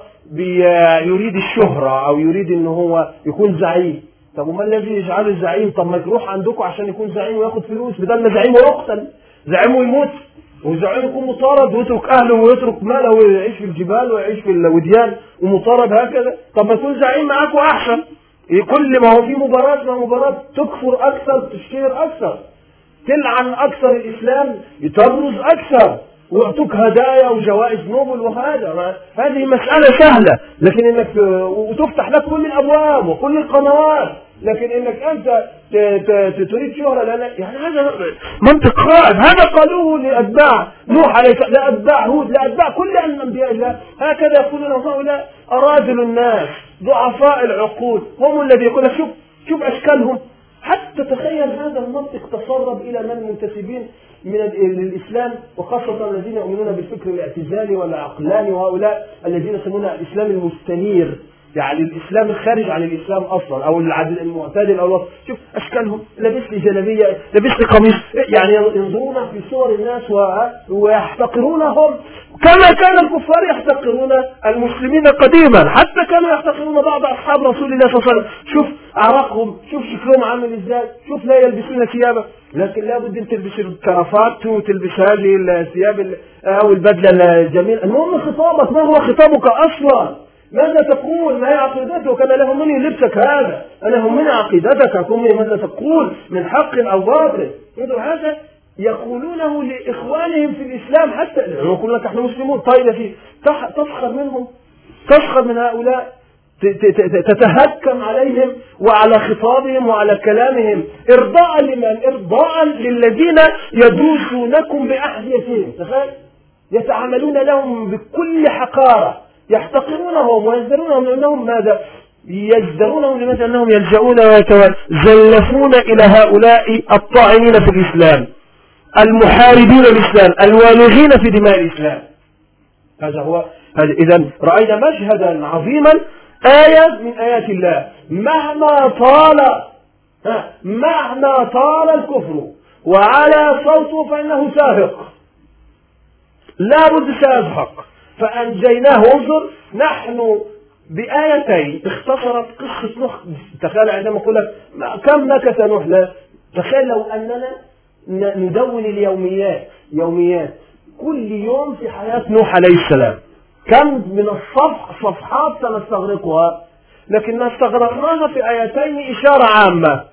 يريد الشهرة أو يريد أنه هو يكون زعيم. طب وما الذي يجعله زعيم؟ طب ما يروح عندكم عشان يكون زعيم وياخد فلوس، بدل ما زعيم ويقتل، زعيم ويموت، وزعيم يكون مطارد ويترك أهله ويترك ماله ويعيش في الجبال ويعيش في الوديان ومطارد هكذا. طب ما يكون زعيم معاكم أحسن، كل ما هو في مباراة مع مباراة تكفر أكثر، تشتهر أكثر، تلعن أكثر الإسلام، تبرز أكثر، ويعطوك هدايا وجوائز نوبل وهذا. هذه مسألة سهلة، لكن انك وتفتح لك كل الابواب وكل القنوات، لكن انك انت تريد شهرة يعني هذا منطق خائف. هذا قالوه لأتباع نوح عليه السلام، لأتباع هود، لأتباع كل أنبياء الله، هكذا يقولون هؤلاء أراذل الناس ضعفاء العقول، هم الذي يقول شوف أشكالهم. حتى تخيل هذا المنطق تسرب إلى من المنتسبين من الإسلام، وخاصة الذين يؤمنون بالفكر الاعتزالي والعقلاني، وهؤلاء الذين يسمون الإسلام المستنير، يعني الإسلام الخارج عن الإسلام أصلا، أو العدل المعتدل أو الوسط. شوف أشكالهم، لبس لي جلابية، لبس لي قميص، يعني ينظرون في صور الناس ويحتقرونهم كما كان الكفار يحتقرون المسلمين قديما. حتى كانوا يحتقرون بعض أصحاب رسول الله صلى الله عليه وسلم. شوف أعراقهم، شوف شكلهم عامل إزاي، شوف لا يلبسون ثيابا، لكن لا بد أن تلبس الكرافات وتلبس هذه الثياب أو البدلة الجميلة. المهم خطابك، ما هو خطابك أصلا؟ ماذا تقول؟ ما هي عقيدتك؟ أنا لا يهمني لبسك هذا، أنا يهمني عقيدتك، يهمني ماذا تقول من حق أو باطل. هذا يقولونه لإخوانهم في الإسلام، حتى يقول لك احنا مسلمون. طيب تسخر منهم، تسخر من هؤلاء، تتهكم عليهم وعلى خطابهم وعلى كلامهم، إرضاء لمن؟ إرضاء للذين يدوسونكم بأحذيتهم. تخيل، يتعاملون لهم بكل حقارة، يحتقرونهم ويزدرونهم، لأنهم ماذا؟ يزدرونهم لماذا؟ أنهم يلجؤون ويتزلفون إلى هؤلاء الطاعنين في الإسلام، المحاربين الإسلام، الوالغين في دماء الإسلام. هذا هو. إذن رأينا مشهدا عظيما، آية من آيات الله. مهما طال الكفر وعلى صوته فإنه ساهق، لا بد سيزهق. فأنجيناه. انظر، نحن بآيتين اختصرت قصة نوح. تخيل عندما أقول لك كم مكث نوح، لا تخيل لو أننا ندون اليوميات، يوميات كل يوم في حياة نوح عليه السلام، كم من صفحات سنستغرقها، لكن استغرقناها في آيتين إشارة عامة.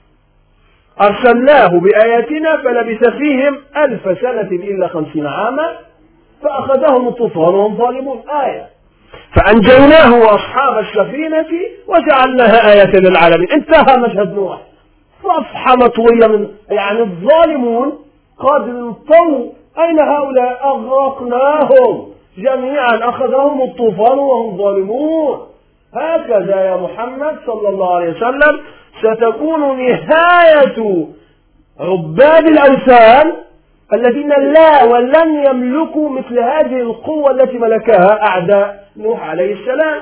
أرسلناه بآياتنا فلبث فيهم 1000 سنة إلا 50 عاما فأخذهم الطوفان وهم ظالمون. آية. فأنجيناه وأصحاب السفينة وجعلناها آية للعالمين. انتهى مشهد نوح. صفحة مطوية من يعني الظالمون قد انطوا. أين هؤلاء؟ أغرقناهم جميعا، أخذهم الطوفان وهم ظالمون. هكذا يا محمد صلى الله عليه وسلم ستكون نهاية عباد الأوثان الذين لا ولن يملكوا مثل هذه القوة التي ملكها أعداء نوح عليه السلام،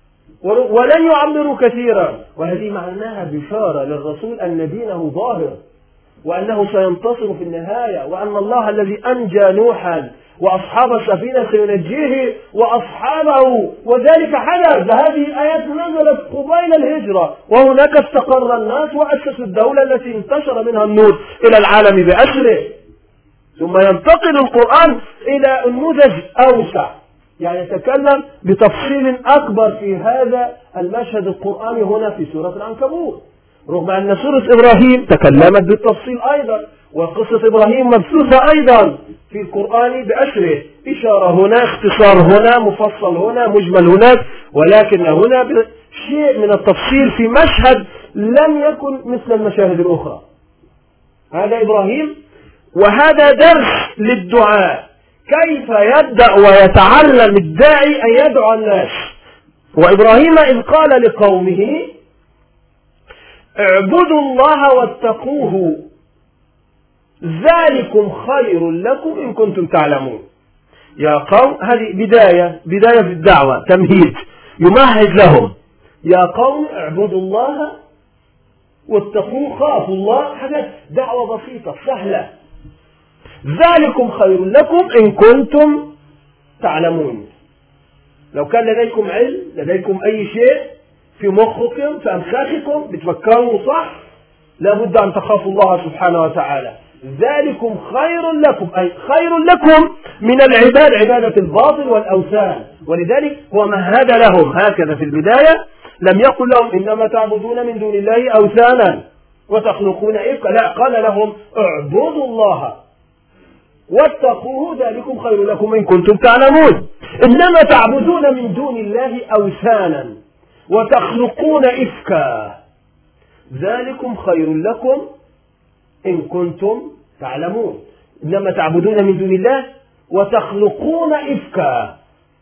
ولن يعمروا كثيرا. وهذه معناها بشارة للرسول أن دينه ظاهر، وأنه سينتصر في النهاية، وأن الله الذي أنجى نوحا وأصحاب السفينة سينجيه وأصحابه. وذلك حدث. هذه الآيات نزلت قبيل الهجرة، وهناك استقر الناس وأسسوا الدولة التي انتشر منها النور إلى العالم بأسره. ثم ينتقل القرآن إلى النموذج أوسع، يعني يتكلم بتفصيل أكبر في هذا المشهد القرآني هنا في سورة العنكبوت، رغم أن سورة إبراهيم تكلمت بالتفصيل أيضا، وقصة إبراهيم مبثوثة أيضا في القرآن بأسره، إشارة هنا، اختصار هنا، مفصل هنا، مجمل هناك، ولكن هنا شيء من التفصيل في مشهد لم يكن مثل المشاهد الأخرى. هذا إبراهيم، وهذا درس للدعاء، كيف يبدأ ويتعلم الداعي أن يدعو الناس. وإبراهيم إذ قال لقومه اعبدوا الله واتقوه ذلكم خير لكم إن كنتم تعلمون. يا قوم، هذه بداية في الدعوة، تمهيد يمهد لهم. يا قوم اعبدوا الله واتقوا، خافوا الله. هذا دعوة بسيطة سهلة. ذلكم خير لكم إن كنتم تعلمون. لو كان لديكم علم، لديكم أي شيء في مخكم في أمخاخكم بتفكروا صح، لابد أن تخافوا الله سبحانه وتعالى. ذلكم خير لكم، أي خير لكم من العبادة، عبادة الباطل والأوثان. ولذلك هو مهد لهم هكذا في البداية، لم يقل لهم إنما تعبدون من دون الله أوثانا وتخلقون إفكا، لا، قال لهم اعبدوا الله واتقوه ذلكم خير لكم إن كنتم تعلمون. إنما تعبدون من دون الله أوثانا وتخلقون إفكا ذلكم خير لكم إن كنتم تعلمون. إنما تعبدون من دون الله وتخلقون إفكا،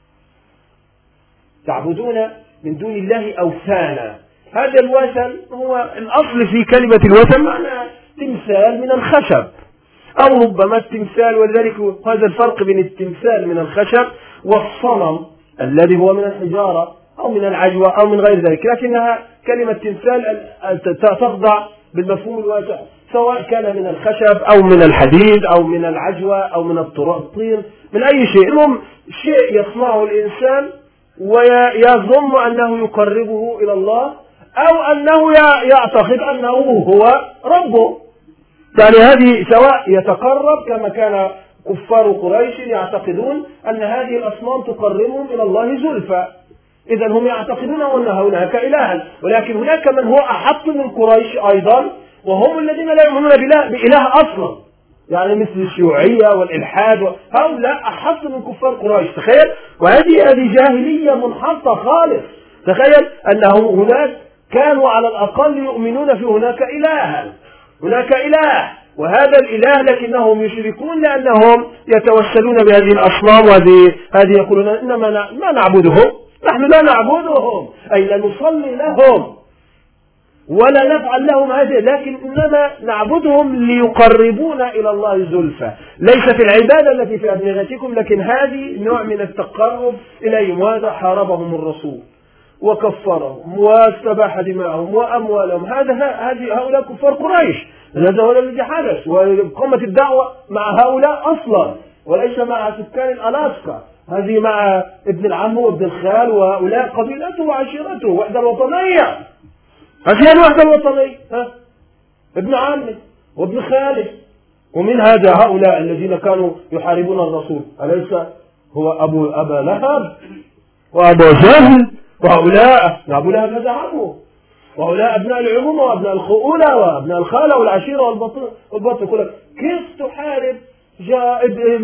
تعبدون من دون الله أوثانا. هذا الوثن هو الأصل في كلمة الوثن معنى تمثال من الخشب أو ربما التمثال، ولذلك هذا الفرق بين التمثال من الخشب والصنم الذي هو من الحجارة أو من العجوة أو من غير ذلك. لكنها كلمة تمثال تخضع بالمفهوم الواسع، سواء كان من الخشب أو من الحديد أو من العجوة أو من الطين، من أي شيء. المهم شيء يصنعه الإنسان ويظن أنه يقربه إلى الله أو أنه يعتقد أنه هو ربه. يعني هذه سواء يتقرب كما كان كفار قريش يعتقدون أن هذه الأصنام تقربهم إلى الله زلفى، إذا هم يعتقدون أن هناك إلها. ولكن هناك من هو أحط من قريش أيضا، وهم الذين لا يؤمنون بإله أصلا، يعني مثل الشيوعية والإلحاد، هؤلاء أحط من كفار قريش. تخيل، وهذه جاهلية منحطة خالص. تخيل أنه هناك كانوا على الأقل يؤمنون في هناك إله، وهذا الإله لكنهم يشركون لأنهم يتوسلون بهذه الأصنام، وهذه يقولون إنما ما نعبدهم، نحن لا نعبدهم، أي لا نصلي لهم ولا نفعل لهم هذا، لكن إنما نعبدهم ليقربونا إلى الله زلفى، ليس في العبادة التي في أدمغتكم، لكن هذه نوع من التقرب إليهم. وهذا حاربهم الرسول وكفرهم واستباح دماءهم وأموالهم. هؤلاء كفار قريش، هذا هو الذي حدث، وقامت الدعوة مع هؤلاء أصلا وليس مع سكان الألاسكا، هذه مع ابن العم وابن الخال وهؤلاء قبيلته وعشيرته، وحدة الوطنية. هذه الوحدة الوطنية، ابن عمه وابن خاله. ومن هؤلاء الذين كانوا يحاربون الرسول أليس هو أبا لهب وأبو جهل؟ وهؤلاء أبو لهب هذا عمه، وهؤلاء أبناء العمومة وأبناء الخؤولة وأبناء الخالة والعشيرة والبطن كلها. كيف تحارب جاء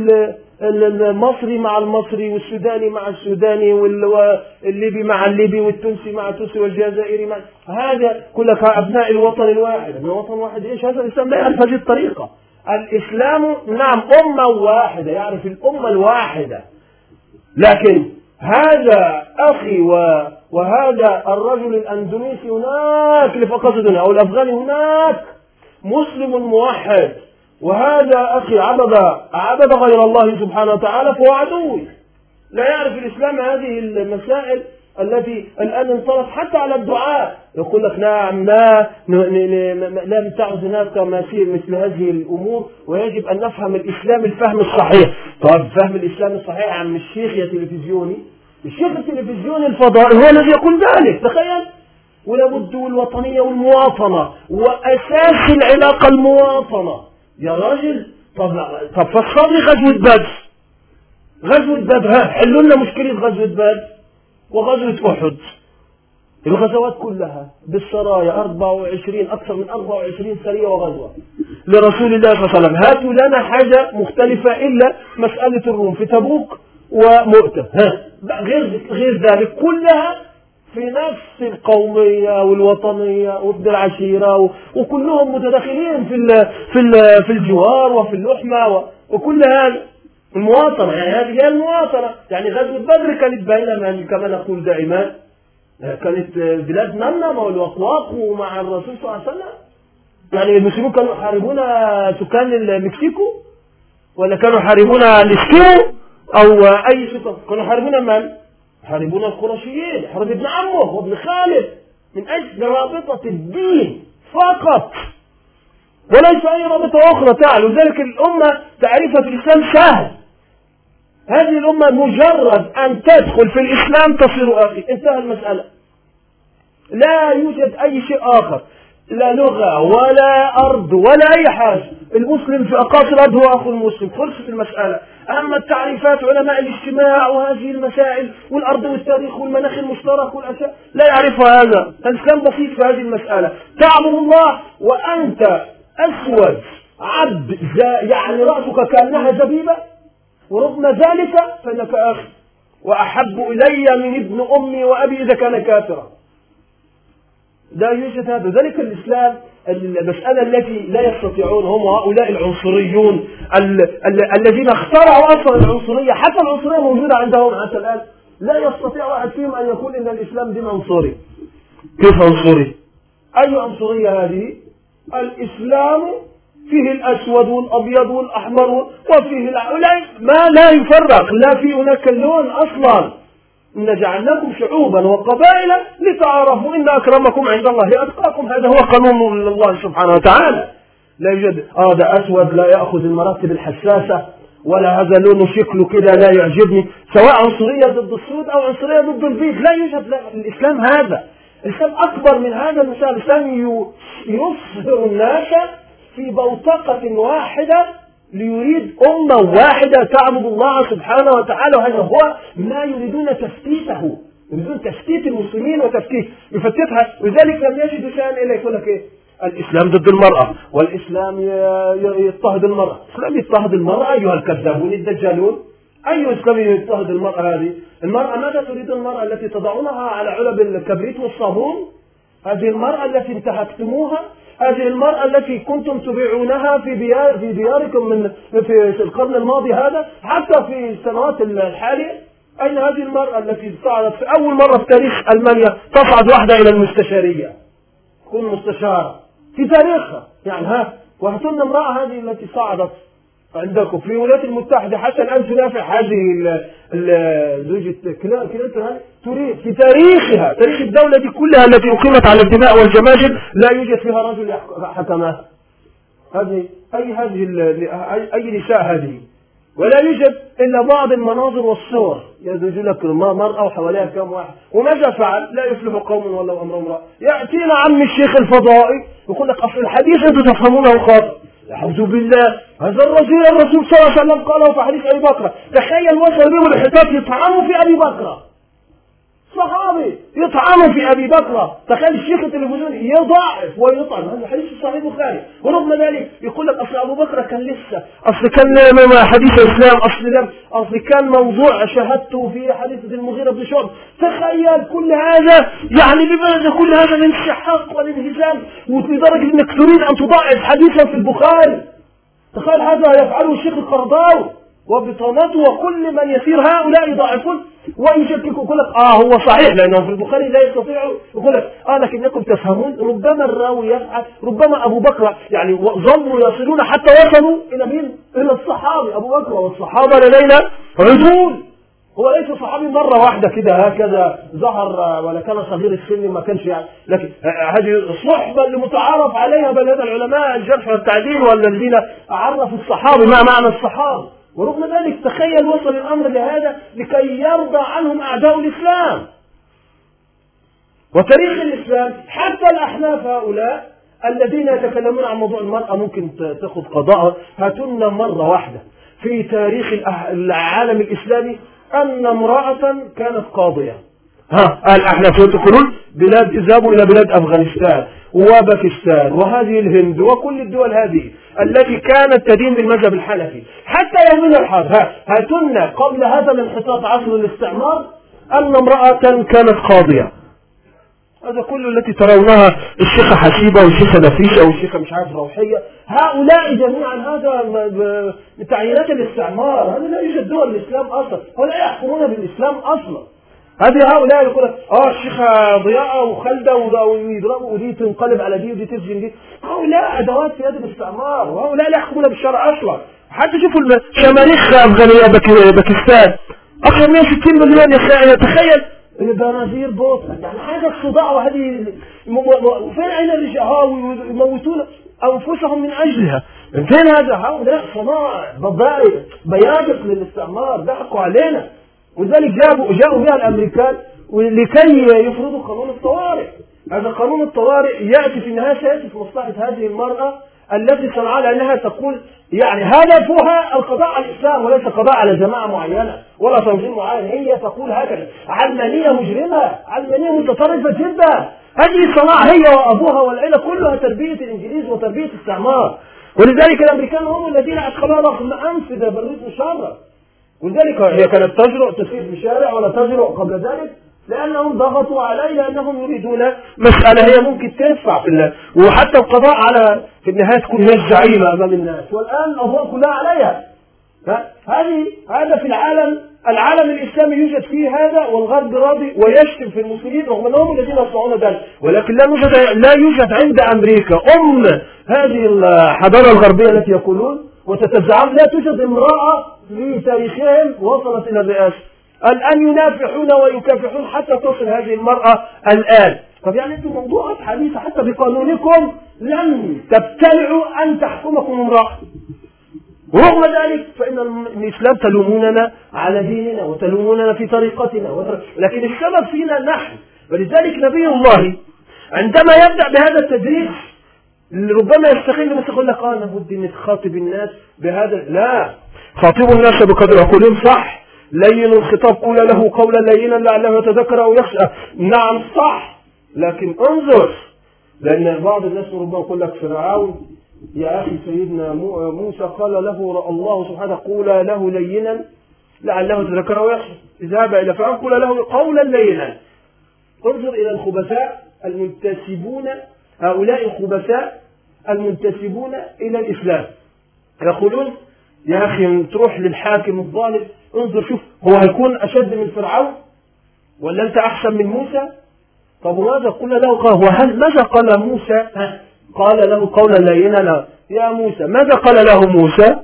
المصري مع المصري والسوداني مع السوداني والليبي مع الليبي والتونسي مع التونسي والجزائري مع هذا كلها كأبناء الوطن الواحد. ابن وطن واحد، ايش هذا؟ الإسلام لا يعرف هذه الطريقة. الإسلام نعم أمة واحدة، يعرف الأمة الواحدة، لكن هذا أخي وهذا الرجل الأندونيسي هناك اللي فقط الدنيا، أو الأفغاني هناك مسلم موحد، وهذا أخي عبد غير الله سبحانه وتعالى فهو عدوي. لا يعرف الإسلام هذه المسائل التي الآن انطلت حتى على الدعاء، يقول لك نعم لم تعد هناك مسير مثل هذه الأمور، ويجب أن نفهم الإسلام الفهم الصحيح. طب فهم الإسلام الصحيح عن الشيخ يا تلفزيوني، الشيخ التلفزيوني الفضائي هو الذي يقول ذلك. تخيل، ولابد الوطنية والمواطنة، وأساس العلاقة المواطنة يا راجل. طب فصل لي غزوة بدر، حلوا لنا مشكلة غزوة بدر وغزوة أحد، الغزوات كلها بالسرايا 24 أكثر من 24 سرية وغزوة لرسول الله صلى الله عليه وسلم. هاتوا لنا حاجة مختلفة إلا مسألة الروم في تبوك ومؤتة، غير ذلك كلها في نفس القومية والوطنية وابن العشيرة، وكلهم متداخلين في الجوار وفي اللحمة وكل هذا المواطنة. يعني هذه هي المواطنة. يعني غزوة بدر كانت بينما كما نقول دائما كانت بلاد نمنم والوقواق مع الرسول صلى الله عليه وسلم. يعني المسلمون كانوا يحاربون سكان المكسيكو ولا كانوا يحاربون الاسكيمو؟ أو أي سلطان كانوا يحاربون من؟ يحاربون القرشيين، يحارب ابن عمه وابن خالد من أجل رابطة الدين فقط وليس أي رابطة أخرى تعالوا. لذلك الأمة تعريفها في الإسلام سهل. هذه الأمة مجرد أن تدخل في الإسلام تصير أخي، انتهى المسألة. لا يوجد أي شيء آخر، لا لغة ولا أرض ولا أي حاجة. المسلم في أقاصي الأرض هو أخو المسلم، خلصت المسألة. أما التعريفات علماء الاجتماع وهذه المسائل والأرض والتاريخ والمناخ المشترك والأشياء لا يعرفها هذا. الإسلام بسيط في هذه المسألة. تعبد الله وأنت أسود عبد يعني رأسك كأنها زبيبة، ورغم ذلك فإنك أخي وأحب إلي من ابن أمي وأبي إذا كان كافرا. لا يوجد هذا. ذلك الإسلام المسألة التي لا يستطيعون هم هؤلاء العنصريون الذين اخترعوا أصلا العنصرية. حتى العنصرية موجودة عندهم حتى الآن. لا يستطيع واحد فيهم أن يقول إن الإسلام دين عنصري. كيف عنصري؟ أي عنصرية هذه؟ الإسلام فيه الأسود والأبيض والأحمر وفيه ما لا يفرق، لا في هناك اللون أصلا. إن جعلناكم شعوبا وقبائل لتعارفوا إن أكرمكم عند الله أتقاكم. هذا هو قانون الله سبحانه وتعالى. لا يوجد هذا أسود لا يأخذ المراتب الحساسة، ولا هذا لونه شكله كده لا يعجبني، سواء عنصرية ضد السود أو عنصرية ضد البيض. لا يوجد الإسلام هذا. الإسلام أكبر من هذا المثال. الإسلام يصهر الناس في بوتقة واحدة ليريد أمة واحدة تعبد الله سبحانه وتعالى. وهذا هو ما يريدون تفتيته، يريدون تفتيت المسلمين وتفتيت يفتتها. ولذلك لم يجدوا شيئا إلا يقول لك إيه؟ الإسلام ضد المرأة، والإسلام يضطهد المرأة. الإسلام يضطهد المرأة أيها الكذابون الدجالون. أي إسلام يضطهد المرأة هذه؟ المرأة ماذا تريد؟ المرأة التي تضعونها على علب الكبريت والصابون؟ هذه المرأة التي انتهكتموها؟ هذه المرأة التي كنتم تبيعونها في دياركم في القرن الماضي هذا حتى في السنوات الحالية؟ أين هذه المرأة التي صعدت في أول مرة في تاريخ ألمانيا تصعد واحدة إلى المستشارية تكون مستشارة في تاريخها؟ يعني وهاتوا لنا امرأة هذه التي صعدت عندكم في الولايات المتحدة حتى الآن تنافع هذه زوجة كلينتون تريد في تاريخها، تاريخ الدولة دي كلها التي أقيمت على الدماء والجماجم لا يوجد فيها رجل حكمها. هذه أي نساء هذه؟ ولا يوجد إلا بعض المناظر والصور يزوج لك مرأة وحواليها كم واحد. وماذا فعل؟ لا يفلح قوم ولا أمر امرأة. يأتينا عم الشيخ الفضائي يقول لك أصل الحديث أنتم تفهمونه خاطئ. أعوذ بالله، هذا الرسول صلى الله عليه وسلم قاله في حديث أبي بكر. تخيل وصل بهم الحتات يطعنوا في أبي بكر، صحابي يطعنوا في أبي بكر. تخيل الشيخ التلفزيوني يضاعف ويطعن. هذا حديث صحيح البخاري. ورغم ذلك يقول لك أصل أبو بكر كان لسه، أصل كان حديث الإسلام، أصل كان موضوع شهادته في حديث المغيرة بن شعبة. تخيل كل هذا، يعني لماذا كل هذا الانسحاق والانهزام ولدرجة أنك تريد أن تضاعف حديثا في البخاري؟ تخيل هذا يفعله الشيخ القرضاوي وبطانته وكل من يسير. هؤلاء يضاعفون ويشككوا. يقول لك هو صحيح لأنه في البخاري لا يستطيعوا. يقول لك لكنكم تفهمون. ربما الراوي يفعل، ربما أبو بكر يعني ظلوا يصلون حتى وصلوا إلى مين؟ إلى الصحابي أبو بكر. والصحابة لدينا عدول. هو ليس صحابي مرة واحدة كده هكذا ظهر ولا كان صغير السن ما كانش يعني، لكن هذه صحبة اللي متعارف عليها بين العلماء الجرح والتعديل والذين عرفوا الصحابي ما معنى الصحابة. ورغم ذلك تخيل وصل الأمر لهذا لكي يرضى عنهم أعداء الإسلام وتاريخ الإسلام. حتى الأحناف هؤلاء الذين يتكلمون عن موضوع المرأة ممكن تأخذ قضاءها. هاتنا مرة واحدة في تاريخ العالم الإسلامي أن امرأة كانت قاضية. الأحناف يقولون اذهبوا إلى بلاد أفغانستان وباكستان وهذه الهند وكل الدول هذه التي كانت تدين بالمذهب الحنفي حتى يومنا الحاضر. هاتنا قبل هذا الانحطاط عصر الاستعمار أن امرأة كانت قاضية. هذا كل التي ترونها الشيخة حسيبة والشيخة نفيسة والشيخة مش عارف روحية، هؤلاء جميعا هذا تعيينات الاستعمار. هذا لا يوجد دول الإسلام أصلا ولا يحكمون بالإسلام أصلا. هؤلاء يقول الشيخة ضياء وخلدة ويضربوا ودي تنقلب على دي ودي تسجن دي. هؤلاء أدوات في يد الاستعمار وهؤلاء لا يحكمون بالشرع أصلا. حتى شوفوا شماريخ باكستان اكثر 160 مليون تخيل البنازير بوط يعني حاجه صداع. وهذه فين اين الرجال يموتون انفسهم من اجلها؟ فين هذا؟ هؤلاء صناع بضائع بيادق للاستعمار ضحكوا علينا. ولذلك جاءوا بها الامريكان لكي يفرضوا قانون الطوارئ. هذا قانون الطوارئ ياتي في النهايه سياتي في مصلحه هذه المراه التي صنعها لانها تقول يعني هدفها القضاء على الاسلام وليس القضاء على جماعه معينه ولا تنظيم معين. هي تقول هكذا علمانيه مجرمه، علمانيه متطرفه جدا. هذه صناعه هي وابوها والعيله كلها تربيه الانجليز وتربيه الاستعمار. ولذلك الامريكان هم الذين ادخلوها رغم انفذ بريد مشرف. ولذلك هي كانت تجرؤ تسير في الشارع ولا تجرؤ قبل ذلك لأنهم ضغطوا عليه لأنهم يريدون مسألة هي ممكن تنفع في الله وحتى القضاء على في النهاية تكون هي الزعيمة أمام الناس. والآن الأضواء كلها عليها. هذا في العالم الإسلامي يوجد فيه هذا والغرب راضي ويشتم في المسلمين رغم أنهم الذين يصنعون ذلك. ولكن لا يوجد عند أمريكا هذه الحضارة الغربية التي يقولون وتتزعم لا توجد امرأة في تاريخهم وصلت إلى الرئاسة. الآن ينافحون ويكافحون حتى تصل هذه المرأة الآن. طب يعني أنتم موضوعات حديثة حتى بقانونكم لن تبتلعوا أن تحكمكم امرأة. ورغم ذلك فإن الإسلام تلوموننا على ديننا وتلوموننا في طريقتنا لكن السبب فينا نحن. ولذلك نبي الله عندما يبدأ بهذا التدريس ربما يستغل مثل يقول لك لابد أن تخاطب الناس بهذا. لا، خاطبوا الناس بقدر عقولهم. صح، لين الخطاب قول له قولا لينا لعله يتذكر او يخشى. نعم صح، لكن انظر لان بعض الناس ربما يقول لك فرعون يا اخي سيدنا موسى قال له الله سبحانه قول له لينا لعله يتذكر او يخشى. اذهب الى فرعون قول له قولا لينا. انظر الى الخبثاء المنتسبون، هؤلاء الخبثاء المنتسبون الى الاسلام يقولون يا أخي تروح للحاكم الظالم انظر شوف هو هيكون أشد من فرعون ولا أنت أحسن من موسى؟ طب ماذا قل له؟ ماذا قال موسى؟ قال له قولا لينا له يا موسى. ماذا قال له موسى؟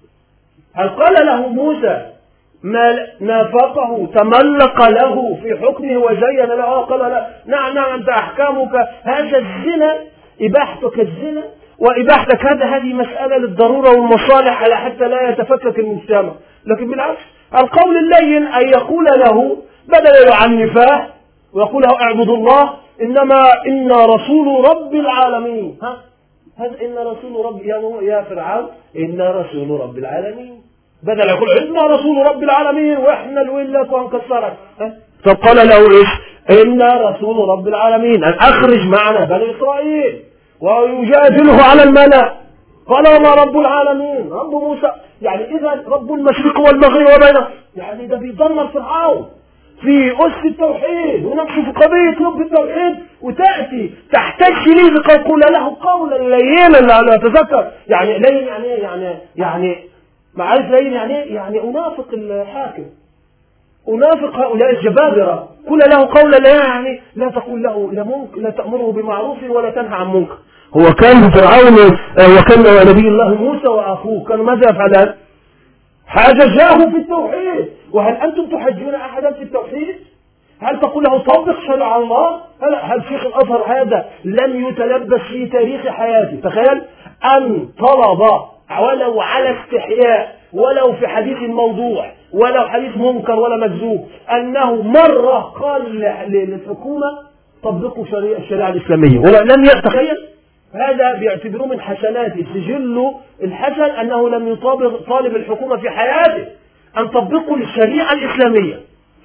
هل قال له موسى ما نافقه تملق له في حكمه وزين له؟ قال لا نعم أنت أحكامك هذا الزنا إباحتك الزنا وإباحتك هذه مسألة للضرورة والمصالح على حتى لا يتفكك المجتمع. لكن بالعكس القول اللين أن يقول له بدل يعنفاه ويقول له اعبدوا الله إنما إن رسول رب العالمين. هذا إن رسول رب يا فرعون إن رسول رب العالمين بدل يقول إن رسول رب العالمين وإحنا الولة وانكسرت. طب قال له إيش؟ إن رسول رب العالمين أن أخرج معنا بني إسرائيل ويجادله على الملأ. قال وما رب العالمين؟ رب موسى يعني إذا رب المشرق والمغرب وبينه يعني ده بيدمر فرعون في أس التوحيد ونقص في قضية لب التوحيد وتأتي تحتج لي بقول له قولا لينا لا أتذكر. يعني لين يعني معرفة لين يعني أنافق الحاكم أنافق هؤلاء الجبابرة. قل له قولا لا يعني لا تقول له لا تأمره بمعروف ولا تنهى عن منكر. هو كان فرعون وكان نبي الله موسى وأخوه كانوا ماذا يفعلان؟ حاججاه في التوحيد. وهل أنتم تحجون أحدا في التوحيد؟ هل تقول له طبق شرع الله؟ هل شيخ الأزهر هذا لم يتلبس في تاريخ حياته؟ تخيل أن طلب ولو على استحياء ولو في حديث موضوع ولو حديث منكر ولا مكذوب أنه مرة قال للحكومة طبقوا الشريعة الإسلامية ولم يتخيل. هذا بيعتبروه من حسناته سجل الحسن أنه لم يطالب الحكومة في حياته أن تطبقوا الشريعة الإسلامية.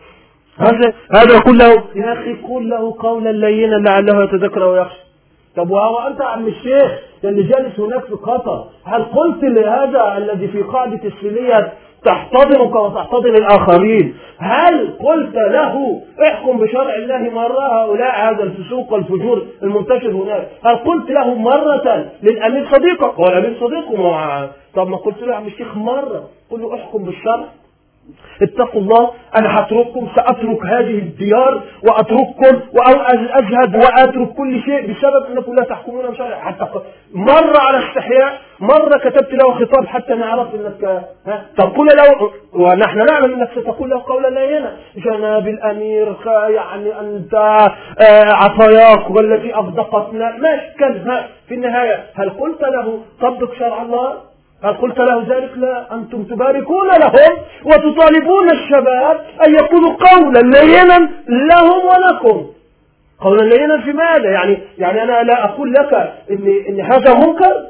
هذا كله يا أخي كله قولا لينا لعله يتذكر ويخشى. طب وهو أنت عم الشيخ اللي جالس هناك في قطر هل قلت لهذا الذي في قاعدة السلية تحتضنك وتحتضن الآخرين هل قلت له احكم بشرع الله مرة؟ هؤلاء هذا الفسوق والفجور المنتشر هناك هل قلت له مرة للأمير صديقك؟ هو الأمير صديقه طب ما قلت له يا عم الشيخ مرة قل له احكم بالشرع اتقوا الله، أنا هترككم، سأترك هذه الديار وأترككم وأذهب وأترك كل شيء بسبب أنكم لا تحكمون بشرع. حتى مرة على استحياء، مرة كتبت له خطاب حتى نعرف أنك تقول له، ونحن نعلم أنك ستقول له قولا لينا: جناب الأمير يعني أنت عطاياك والتي أصدقتنا ما كان. في النهاية هل قلت له طبق شرع الله؟ هل قلت له ذلك؟ لا، أنتم تباركون لهم وتطالبون الشباب أن يقولوا قولا لينا لهم ولكم. قولا لينا في ماذا؟ يعني أنا لا أقول لك إن هذا منكر،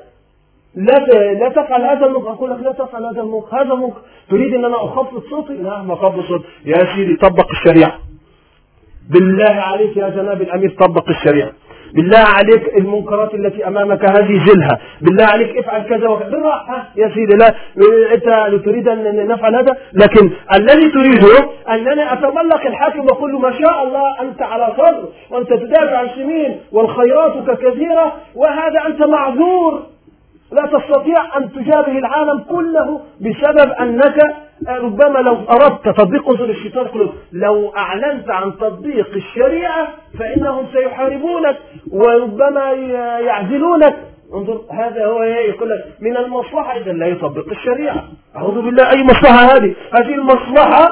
لا تفعل هذا المنكر، أقول لك لا تفعل هذا المنكر، هذا منكر. تريد أن أنا أخفض صوتي؟ لا، ما أخفض صوتي. يا سيدي طبق الشريعة، بالله عليك يا جناب الأمير طبق الشريعة، بالله عليك المنكرات التي أمامك هذه زلها، بالله عليك افعل كذا وكذا بالراحة يا سيدي. لا، أنت تريد أن نفعل هذا، لكن الذي تريده أنني أتملق الحاكم وأقول له ما شاء الله أنت على صدر وأنت تدافع عن المسلمين والخيراتك كثيرة، وهذا أنت معذور، لا تستطيع أن تجابه العالم كله بسبب أنك ربما لو أردت تطبيق أنظر الشيطان كله، لو أعلنت عن تطبيق الشريعة فإنهم سيحاربونك وربما يعزلونك. انظر، هذا هو يقول لك من المصلحة إذا لا يطبق الشريعة. أعوذ بالله، أي مصلحة هذه؟ هذه المصلحة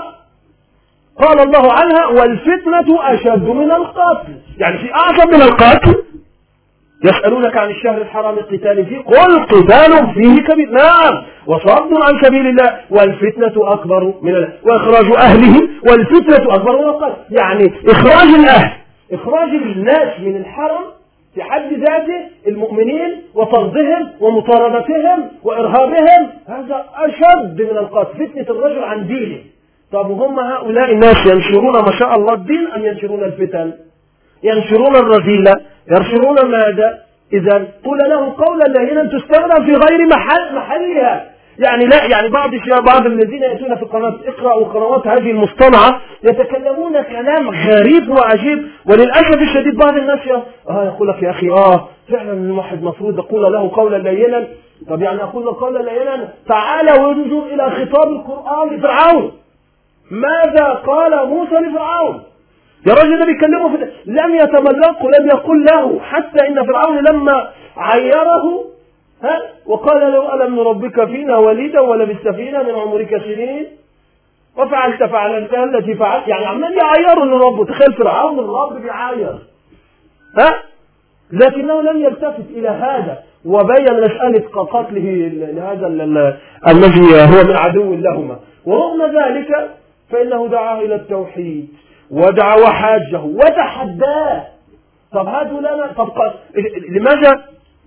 قال الله عنها: والفتنة أشد من القتل. يعني في أعظم من القتل. يسألونك عن الشهر الحرام القتال فيه، قل قتال فيه كبير، نعم، وصد عن سبيل الله والفتنة أكبر من وإخراج أهله والفتنة أكبر من القتل. يعني إخراج الأهل، إخراج الناس من الحرم في حد ذاته، المؤمنين، وطردهم ومطاردتهم وإرهابهم، هذا أشد من القتل، فتنة الرجل عن دينه. طب وهم هؤلاء الناس ينشرون ما شاء الله الدين أم ينشرون الفتن؟ ينشرون الرذيلة، ينشرون ماذا؟ إذا قل له قولا لينا تستخدم في غير محلها. يعني لا، يعني بعض الذين يأتون في قناة اقرأ وقنوات هذه المصطنعة يتكلمون كلام غريب وعجيب، وللأسف الشديد بعض الناس يقول لك يا أخي فعلا الواحد مفروض يقول له قولا لينا. طب يعني أقول له قولا لينا، تعالى وانظر إلى خطاب القرآن لفرعون. ماذا قال موسى لفرعون؟ يا راجل ده بيكلمه لم يتملقه، لم يقل له، حتى إن فرعون لما عيره وقال له: ألم نربك فينا وليدا ولبثت فينا من عمرك سنين وفعلت فعلتها التي فعلت. يعني عمال يعيره لربه. تخيل فرعون الرب بيعاير، لكنه لم يلتفت إلى هذا وبين مسألة قتله لهذا الذي هو من عدو لهما. ورغم ذلك فإنه دعاه إلى التوحيد ودعا وحاجه وتحداه. طب هاتوا لنا، طب لماذا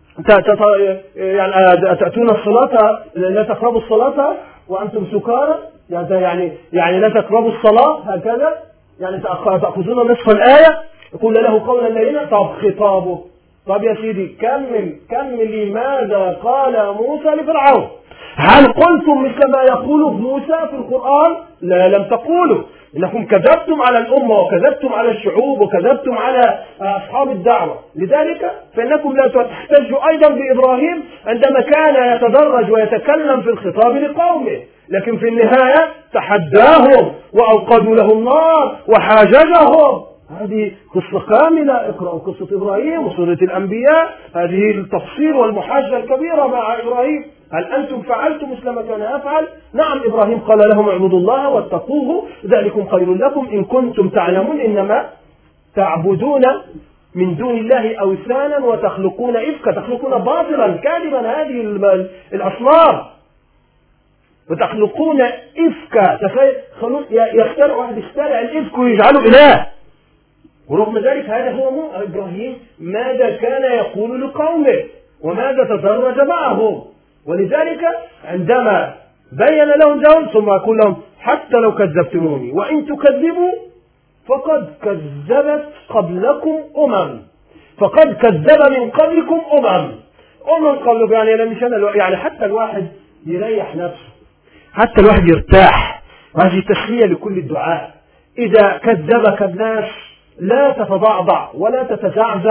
يعني تأتون الصلاة لا تقربوا الصلاة وأنتم سكارى؟ يعني لا تقربوا الصلاة هكذا، يعني تأخذون نصف الآية. يقول له قولا لينا. طب خطابه، طب يا سيدي كمل ماذا قال موسى لفرعون. هل قلتم مثل ما يقول موسى في القرآن؟ لا، لم تقولوا. إنكم كذبتم على الأمة وكذبتم على الشعوب وكذبتم على أصحاب الدعوة. لذلك فإنكم لا تحتجوا أيضا بإبراهيم عندما كان يتدرج ويتكلم في الخطاب لقومه، لكن في النهاية تحداهم وأوقدوا له النار وحاججهم. هذه قصة كاملة، اقرأوا قصة إبراهيم وسورة الأنبياء، هذه التفصيل والمحاجة الكبيرة مع إبراهيم. هل أنتم فعلتم مثل ما كان يفعل؟ نعم، إبراهيم قال لهم: اعبدوا الله واتقوه ذلكم خير لكم إن كنتم تعلمون، إنما تعبدون من دون الله أوثانا وتخلقون إفكا، تخلقون باطلا كاذبا هذه الأصنام، وتخلقون إفكا. تخيل يخترع واحد يخترع الإفك ويجعله إله. ورغم ذلك هذا هو إبراهيم ماذا كان يقول لقومه وماذا تدرج معهم. ولذلك عندما بين لهم ذلك ثم يقول لهم: حتى لو كذبتموني وإن تكذبوا فقد كذبت قبلكم فقد كذب من قبلكم قبلكم. يعني أنا مش أنا، يعني حتى الواحد يريح نفسه، حتى الواحد يرتاح. وهذه تسلية لكل الدعاء. إذا كذبك الناس لا تتضعضع ولا تتزعزع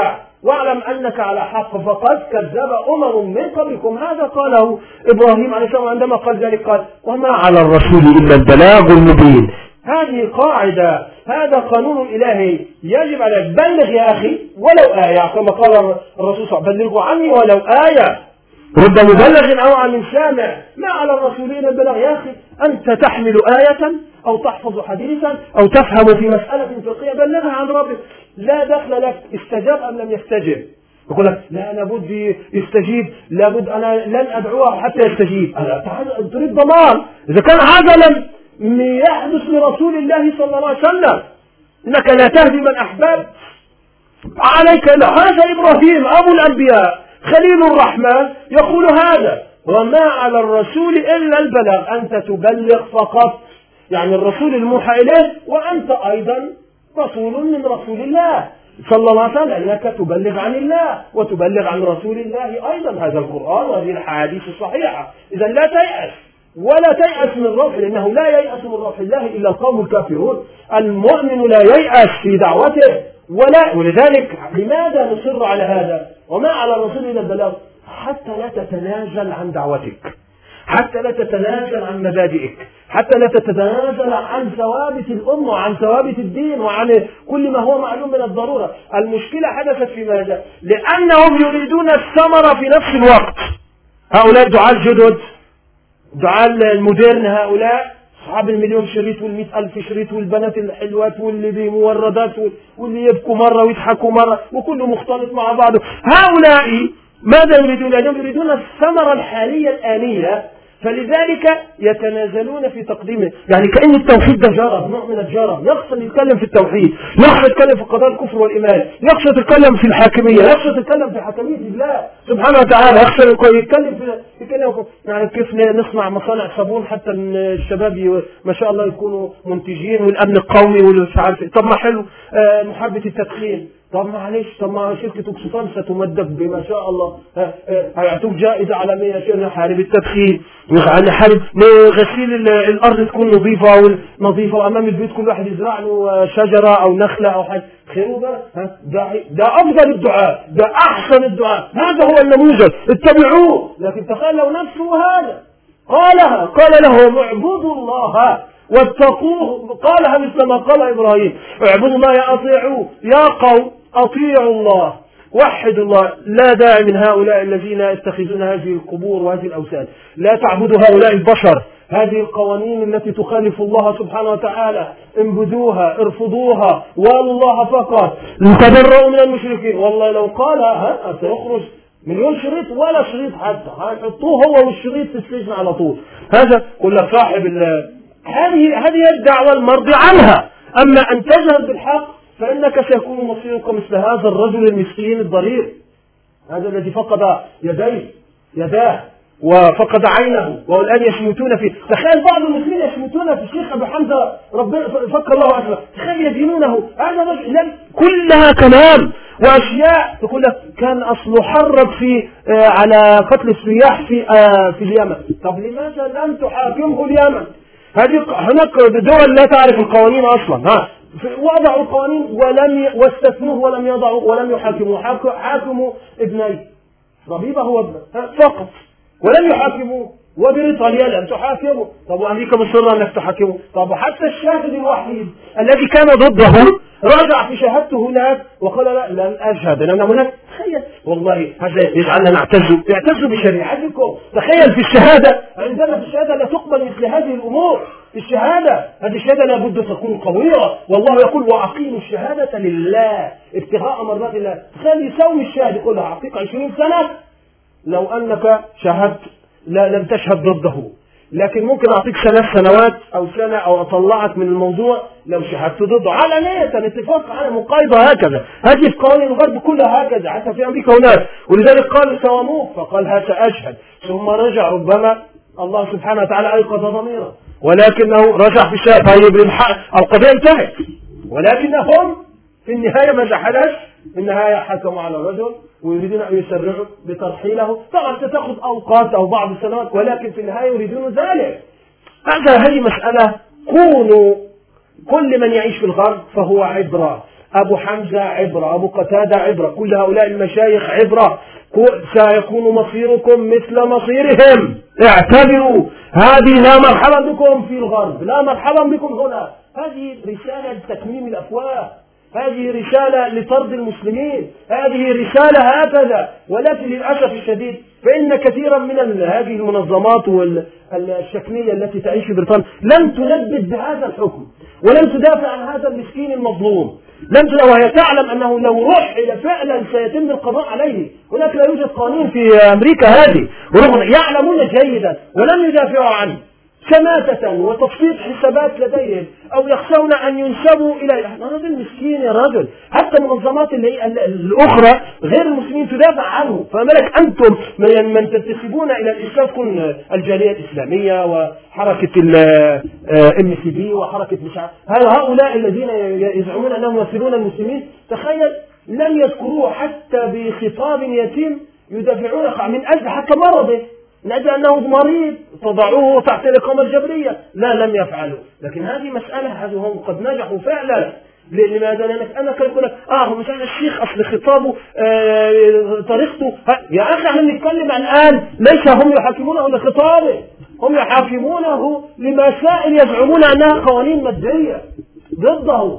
واعلم أنك على حق فقد كذب أمم من قبلكم. هذا قاله إبراهيم عليه السلام عندما قال ذلك، قال وما على الرسول إلا البلاغ المبين. هذه قاعدة، هذا قانون إلهي يجب عليك. بلغ يا أخي ولو آية، كما قال الرسول صلى الله عليه وسلم بلغوا عني ولو آية، رب مبلغ أو عن سامع. ما على الرسول إلا البلاغ. يا أخي أنت تحمل آية أو تحفظ حديثا أو تفهم في مسألة فقهية، بلغها عن ربك، لا دخل لك استجاب أم لم يستجب. يقول لك لا لابد يستجيب، لابد أنا لن أدعوه حتى يستجيب. تريد ضمان. إذا كان هذا لم يحدث لرسول الله صلى الله عليه وسلم، إنك لا تهدي من أحببت، عليك هذا إبراهيم أبو الأنبياء خليل الرحمن يقول هذا، وما على الرسول إلا البلاغ. أنت تبلغ فقط، يعني الرسول الموحى إليه، وأنت أيضا رسول من رسول الله صلى الله عليه وسلم، أنك تبلغ عن الله وتبلغ عن رسول الله أيضا هذا القرآن وهذه الحديث الصحيحة. إذا لا تيأس ولا تيأس من روح، لأنه لا ييأس من روح الله إلا القوم الكافرون. المؤمن لا ييأس في دعوته ولذلك لماذا نصر على هذا؟ وما على الرسول إلا البلاغ، حتى لا تتنازل عن دعوتك، حتى لا تتنازل عن مبادئك، حتى لا تتنازل عن ثوابت الأمة وعن ثوابت الدين وعن كل ما هو معلوم من الضرورة. المشكلة حدثت في ماذا؟ لأنهم يريدون الثمرة في نفس الوقت. هؤلاء الدعاة الجدد، دعاة المودرن، هؤلاء أصحاب المليون شريط وال100,000 شريط والبنات الحلوات واللي بموردات واللي يبكوا مرة ويضحكوا مرة وكله مختلط مع بعضه. هؤلاء ماذا يريدون؟ أنهم يريدون الثمرة الحالية الآنية، فلذلك يتنازلون في تقديمه. يعني كأن التوحيد ده جرب، نوع من الجرب. يقصد يتكلم في التوحيد، يقصد يتكلم في قضايا الكفر والإيمان، يقصد يتكلم في الحاكمية، يقصد يتكلم في حكمية الله سبحانه وتعالى، يقصد يتكلم يعني كيف نصنع مصانع صابون حتى الشباب ما شاء الله يكونوا منتجين، والأمن القومي والمش عارف. طب ما حلو محاربة التدخين. طب معلش، طب ما شركة أكسفان ستمدك بما شاء الله، هيعطوك جائزة عالمية عشان نحارب التدخين، نحارب غسيل الأرض تكون نظيفة وأمام البيت كل واحد يزرع له شجرة أو نخلة أو حاجة. خيروا بقى، ده أفضل الدعاء، ده أحسن الدعاء، هذا هو النموذج، اتبعوه. لكن تخيل لو نفسه هذا قال لهم اعبدوا الله واتقوه، قالها مثل ما قال إبراهيم، اعبدوا الله يا قوم أطيعوا الله وحدوا الله. لا داعي من هؤلاء الذين يتخذون هذه القبور وهذه الأوثان. لا تعبدوا هؤلاء البشر. هذه القوانين التي تخالف الله سبحانه وتعالى انبذوها، ارفضوها، والله فقط تبرؤوا من المشركين. والله لو قال سيخرج مليون شريط ولا شريط حتى، هيحطوه هو والشريط في السجن على طول. هذا يقول لك صاحب هذه الدعوة المرضي عنها. أما أن تجهر بالحق فإنك سيكون مصيرك مثل هذا الرجل المسكين الضرير، هذا الذي فقد يداه وفقد عينه والآن يشمتون فيه. تخيل بعض المسلمين يشمتون في الشيخ أبو حمزة ربنا فك الله أكبر، تخيل يدينونه. هذا رجل كلها كلام وأشياء تقول لك كان أصله حرض على قتل السياح في اليمن. طب لماذا لم تحاكمه اليمن؟ هناك دول لا تعرف القوانين أصلا، وضعوا القوانين واستثنوه ولم يحاكموا. حاكموا ابني ربيبة هو ابنه فقط ولم يحاكموه، وبريطانيا لم تحاكمه. طب وأمريكا مصرة أنك تحاكمه. طب حتى الشاهد الوحيد الذي كان ضده رجع في شهادته هناك وقال لا لن أشهد لأن هناك. تخيل والله هذا يجعلنا نعتز بشريعتكم. تخيل في الشهادة، عندنا في الشهادة لا تقبل مثل هذه الأمور. هذه الشهادة لابد تكون قوية، والله يقول وأقيموا الشهادة لله ابتغاء مرضات الله. تخيل يساوي الشاهد يقول له أعطيك 20 سنة لو أنك شهدت لم تشهد ضده، لكن ممكن أعطيك 3 سنوات أو سنة أو أطلعك من الموضوع لو شهدت ضده علنية. اتفاق على مقايضة هكذا. هذه في قوانين الغرب كلها هكذا، حتى في أمريكا هناك. ولذلك قال سواموك فقال هذا أشهد، ثم رجع. ربما الله سبحانه وتعالى أيقظ ضميره ولكنه رجع في الشهادة. طيب القضية انتهت، ولكنهم في النهاية ماذا حدث؟ في النهاية حكموا على الرجل ويريدون أن يسرعوا بترحيله. طبعا ستأخذ أوقات أو بعض السنوات، ولكن في النهاية يريدون ذلك. هذه مسألة. كل من يعيش في الغرب فهو عبرة. أبو حمزة عبرة، أبو قتادة عبرة، كل هؤلاء المشايخ عبرة، سيكون مصيركم مثل مصيرهم. اعتبروا، هذه لا مرحبا بكم في الغرب، لا مرحبا بكم هنا. هذه رسالة لتكميم الأفواه، هذه رسالة لطرد المسلمين، هذه رسالة هكذا. ولكن للأسف الشديد فإن كثيرا من هذه المنظمات الشكلية التي تعيش في بريطانيا لم تلبد بهذا الحكم، ولم تدافع عن هذا المسكين المظلوم، وهي تعلم أنه لو رحل فعلا سيتم القضاء عليه. هناك لا يوجد قانون في أمريكا هذه، يعلمون جيدا ولم يدافعوا عنه، شماتة وتصفيق حسابات لديهم، أو يخشون أن ينسبوا إلى رجل مسكين يا رجل. حتى المنظمات الأخرى غير المسلمين تدافع عنه. فمالك أنتم من تنتسبون إلى الإسلام، تكون الجالية الإسلامية وحركة MCB وحركة هؤلاء الذين يزعمون أنهم يمثلون المسلمين، تخيل لم يذكروه حتى بخطاب يتيم يدافعون من أجل حتى مرضه، من أجل أنه مريض تضعوه تحت الإقامة الجبرية. لا، لم يفعلوا. لكن هذه مسألة، هذه هم قد نجحوا فعلا. لماذا؟ لأنك أنا كان يقول لك مثلا الشيخ أصل خطابه طريقته. يا أخي احنا نتكلم الآن ليس هم يحاكمونه لخطابه، هم يحاكمونه لمسائل يزعمون أنها قوانين مادية ضده.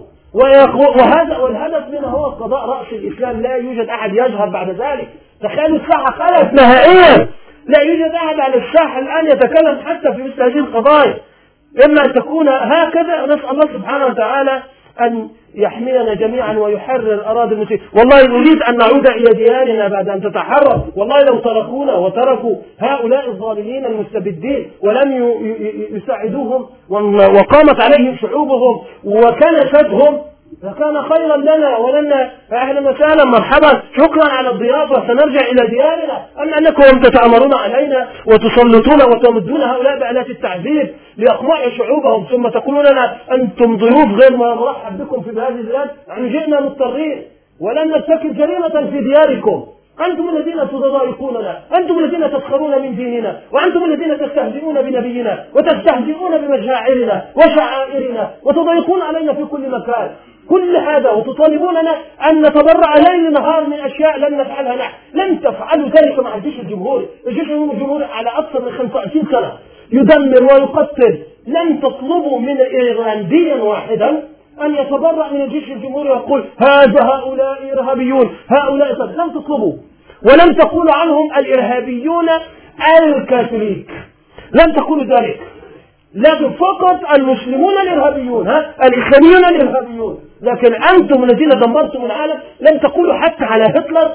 وهذا والهدف منه هو قضاء رأس الإسلام. لا يوجد أحد يجهر بعد ذلك. تخيلوا الساحة خلت نهائيا، لا يوجد أحد على الساحة الآن يتكلم حتى في مثل هذه القضايا. إما أن تكون هكذا. نسأل الله سبحانه وتعالى أن يحمينا جميعا ويحرر أراضي المسلمين. والله نريد أن نعود إلى ديارنا بعد أن تتحرر. والله لو تركونا وتركوا هؤلاء الظالمين المستبدين ولم يساعدوهم وقامت عليهم شعوبهم وكنستهم لكان خيرا لنا ولنا. أهلا وسهلا، مرحبا، شكرا على الضيافة، سنرجع إلى ديارنا. أما أنكم تتآمرون علينا وتسلطون وتمدون هؤلاء بآلات التعذيب ليقمعوا شعوبهم، ثم تقولون لنا أنتم ضيوف غير مرحب بكم في هذه البلاد. يعني جئنا مضطرين ولن نرتكب جريمة في دياركم. أنتم الذين تضايقوننا، أنتم الذين تسخرون من ديننا، وأنتم الذين تستهزئون بنبينا وتستهزئون بمشاعرنا وشعائرنا وتضايقون علينا في كل مكان. كل هذا وتطالبوننا أن نتبرع ليل نهار من أشياء لن نفعلها نحن. لن تفعلوا ذلك مع الجيش الجمهوري. الجيش الجمهوري على أكثر من 25 سنة يدمر ويقتل. لن تطلبوا من إيرلنديا واحدا أن يتبرع من الجيش الجمهوري ويقول هؤلاء إرهابيون، هؤلاء لم تطلبوا. ولم تقولوا عنهم الإرهابيون الكاثوليك، لم تقولوا ذلك، لكن فقط المسلمون الإرهابيون، الإسلاميون الإرهابيون. لكن أنتم الذين دمرتم العالم لم تقولوا حتى على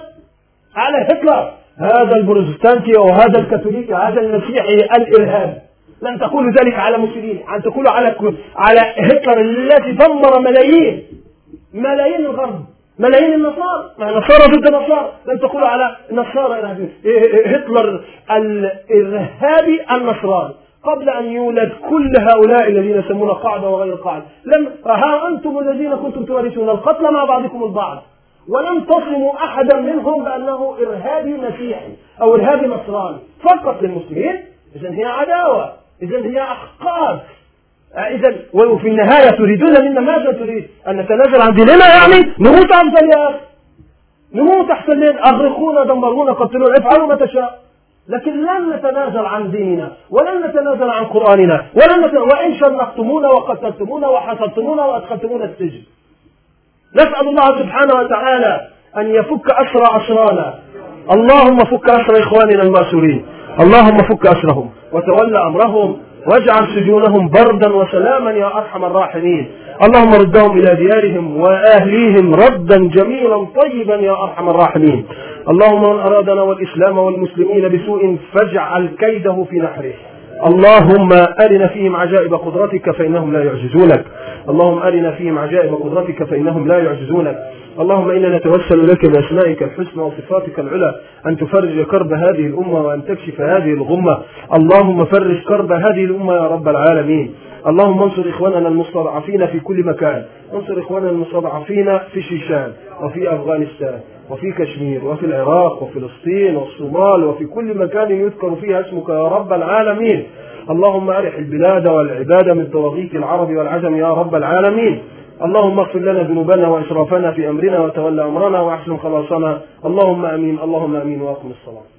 هتلر هذا البروتستانتي أو هذا الكاثوليكي هذا المسيحي الإرهابي. لم تقولوا ذلك على مسلمين، أن تقولوا على هتلر الذي دمر ملايين الغرب، ملايين النصارى ضد النصارى. لم تقولوا على النصارى إرهابيين. هتلر الإرهابي النصراني قبل أن يولد كل هؤلاء الذين يسمون قاعدة وغير قاعدة. ها أنتم الذين كنتم تمارسون القتل مع بعضكم البعض، ولم تصموا أحدا منهم بأنه إرهابي مسيحي أو إرهابي نصراني فقط للمسلمين. إذن هي عداوة، إذن هي أحقاد. إذن وفي النهاية تريدون منا ماذا تريد؟ أن نتنازل عن ديننا؟ يعني نموت أفضل يا أخي، نموت أحسن لنا. أغرقونا، دمرونا، قتلونا، افعلوا ما تشاء. لكن لن نتنازل عن ديننا ولن نتنازل عن قرآننا وإن شنقتمونا وقتلتمونا وحصلتمونا وأدخلتمونا السجن. نسأل الله سبحانه وتعالى أن يفك أسر أسرانا. اللهم فك أسر إخواننا المأسورين، اللهم فك أسرهم وتولى أمرهم واجعل سجونهم بردا وسلاما يا أرحم الراحمين. اللهم ردهم إلى ديارهم وأهليهم ردا جميلا طيبا يا أرحم الراحمين. اللهم من أرادنا والإسلام والمسلمين بسوء فاجعل كيده في نحره. اللهم أرنا فيهم عجائب قدرتك فإنهم لا يعجزونك. اللهم أرنا فيهم عجائب قدرتك فإنهم لا يعجزونك. اللهم إنا نتوسل لك بأسمائك الحسنى وصفاتك العلى أن تفرج كرب هذه الأمة وأن تكشف هذه الغمة. اللهم فرج كرب هذه الأمة يا رب العالمين. اللهم انصر إخواننا المستضعفين في كل مكان، انصر إخواننا المستضعفين في شيشان وفي أفغانستان وفي كشمير وفي العراق وفلسطين والصومال وفي كل مكان يذكر فيها اسمك يا رب العالمين. اللهم أرح البلاد والعباد من طواغيت العرب والعجم يا رب العالمين. اللهم اغفر لنا ذنوبنا وإسرافنا في أمرنا وتولى أمرنا وأحسن خلاصنا. اللهم أمين اللهم أمين وأقم الصلاة.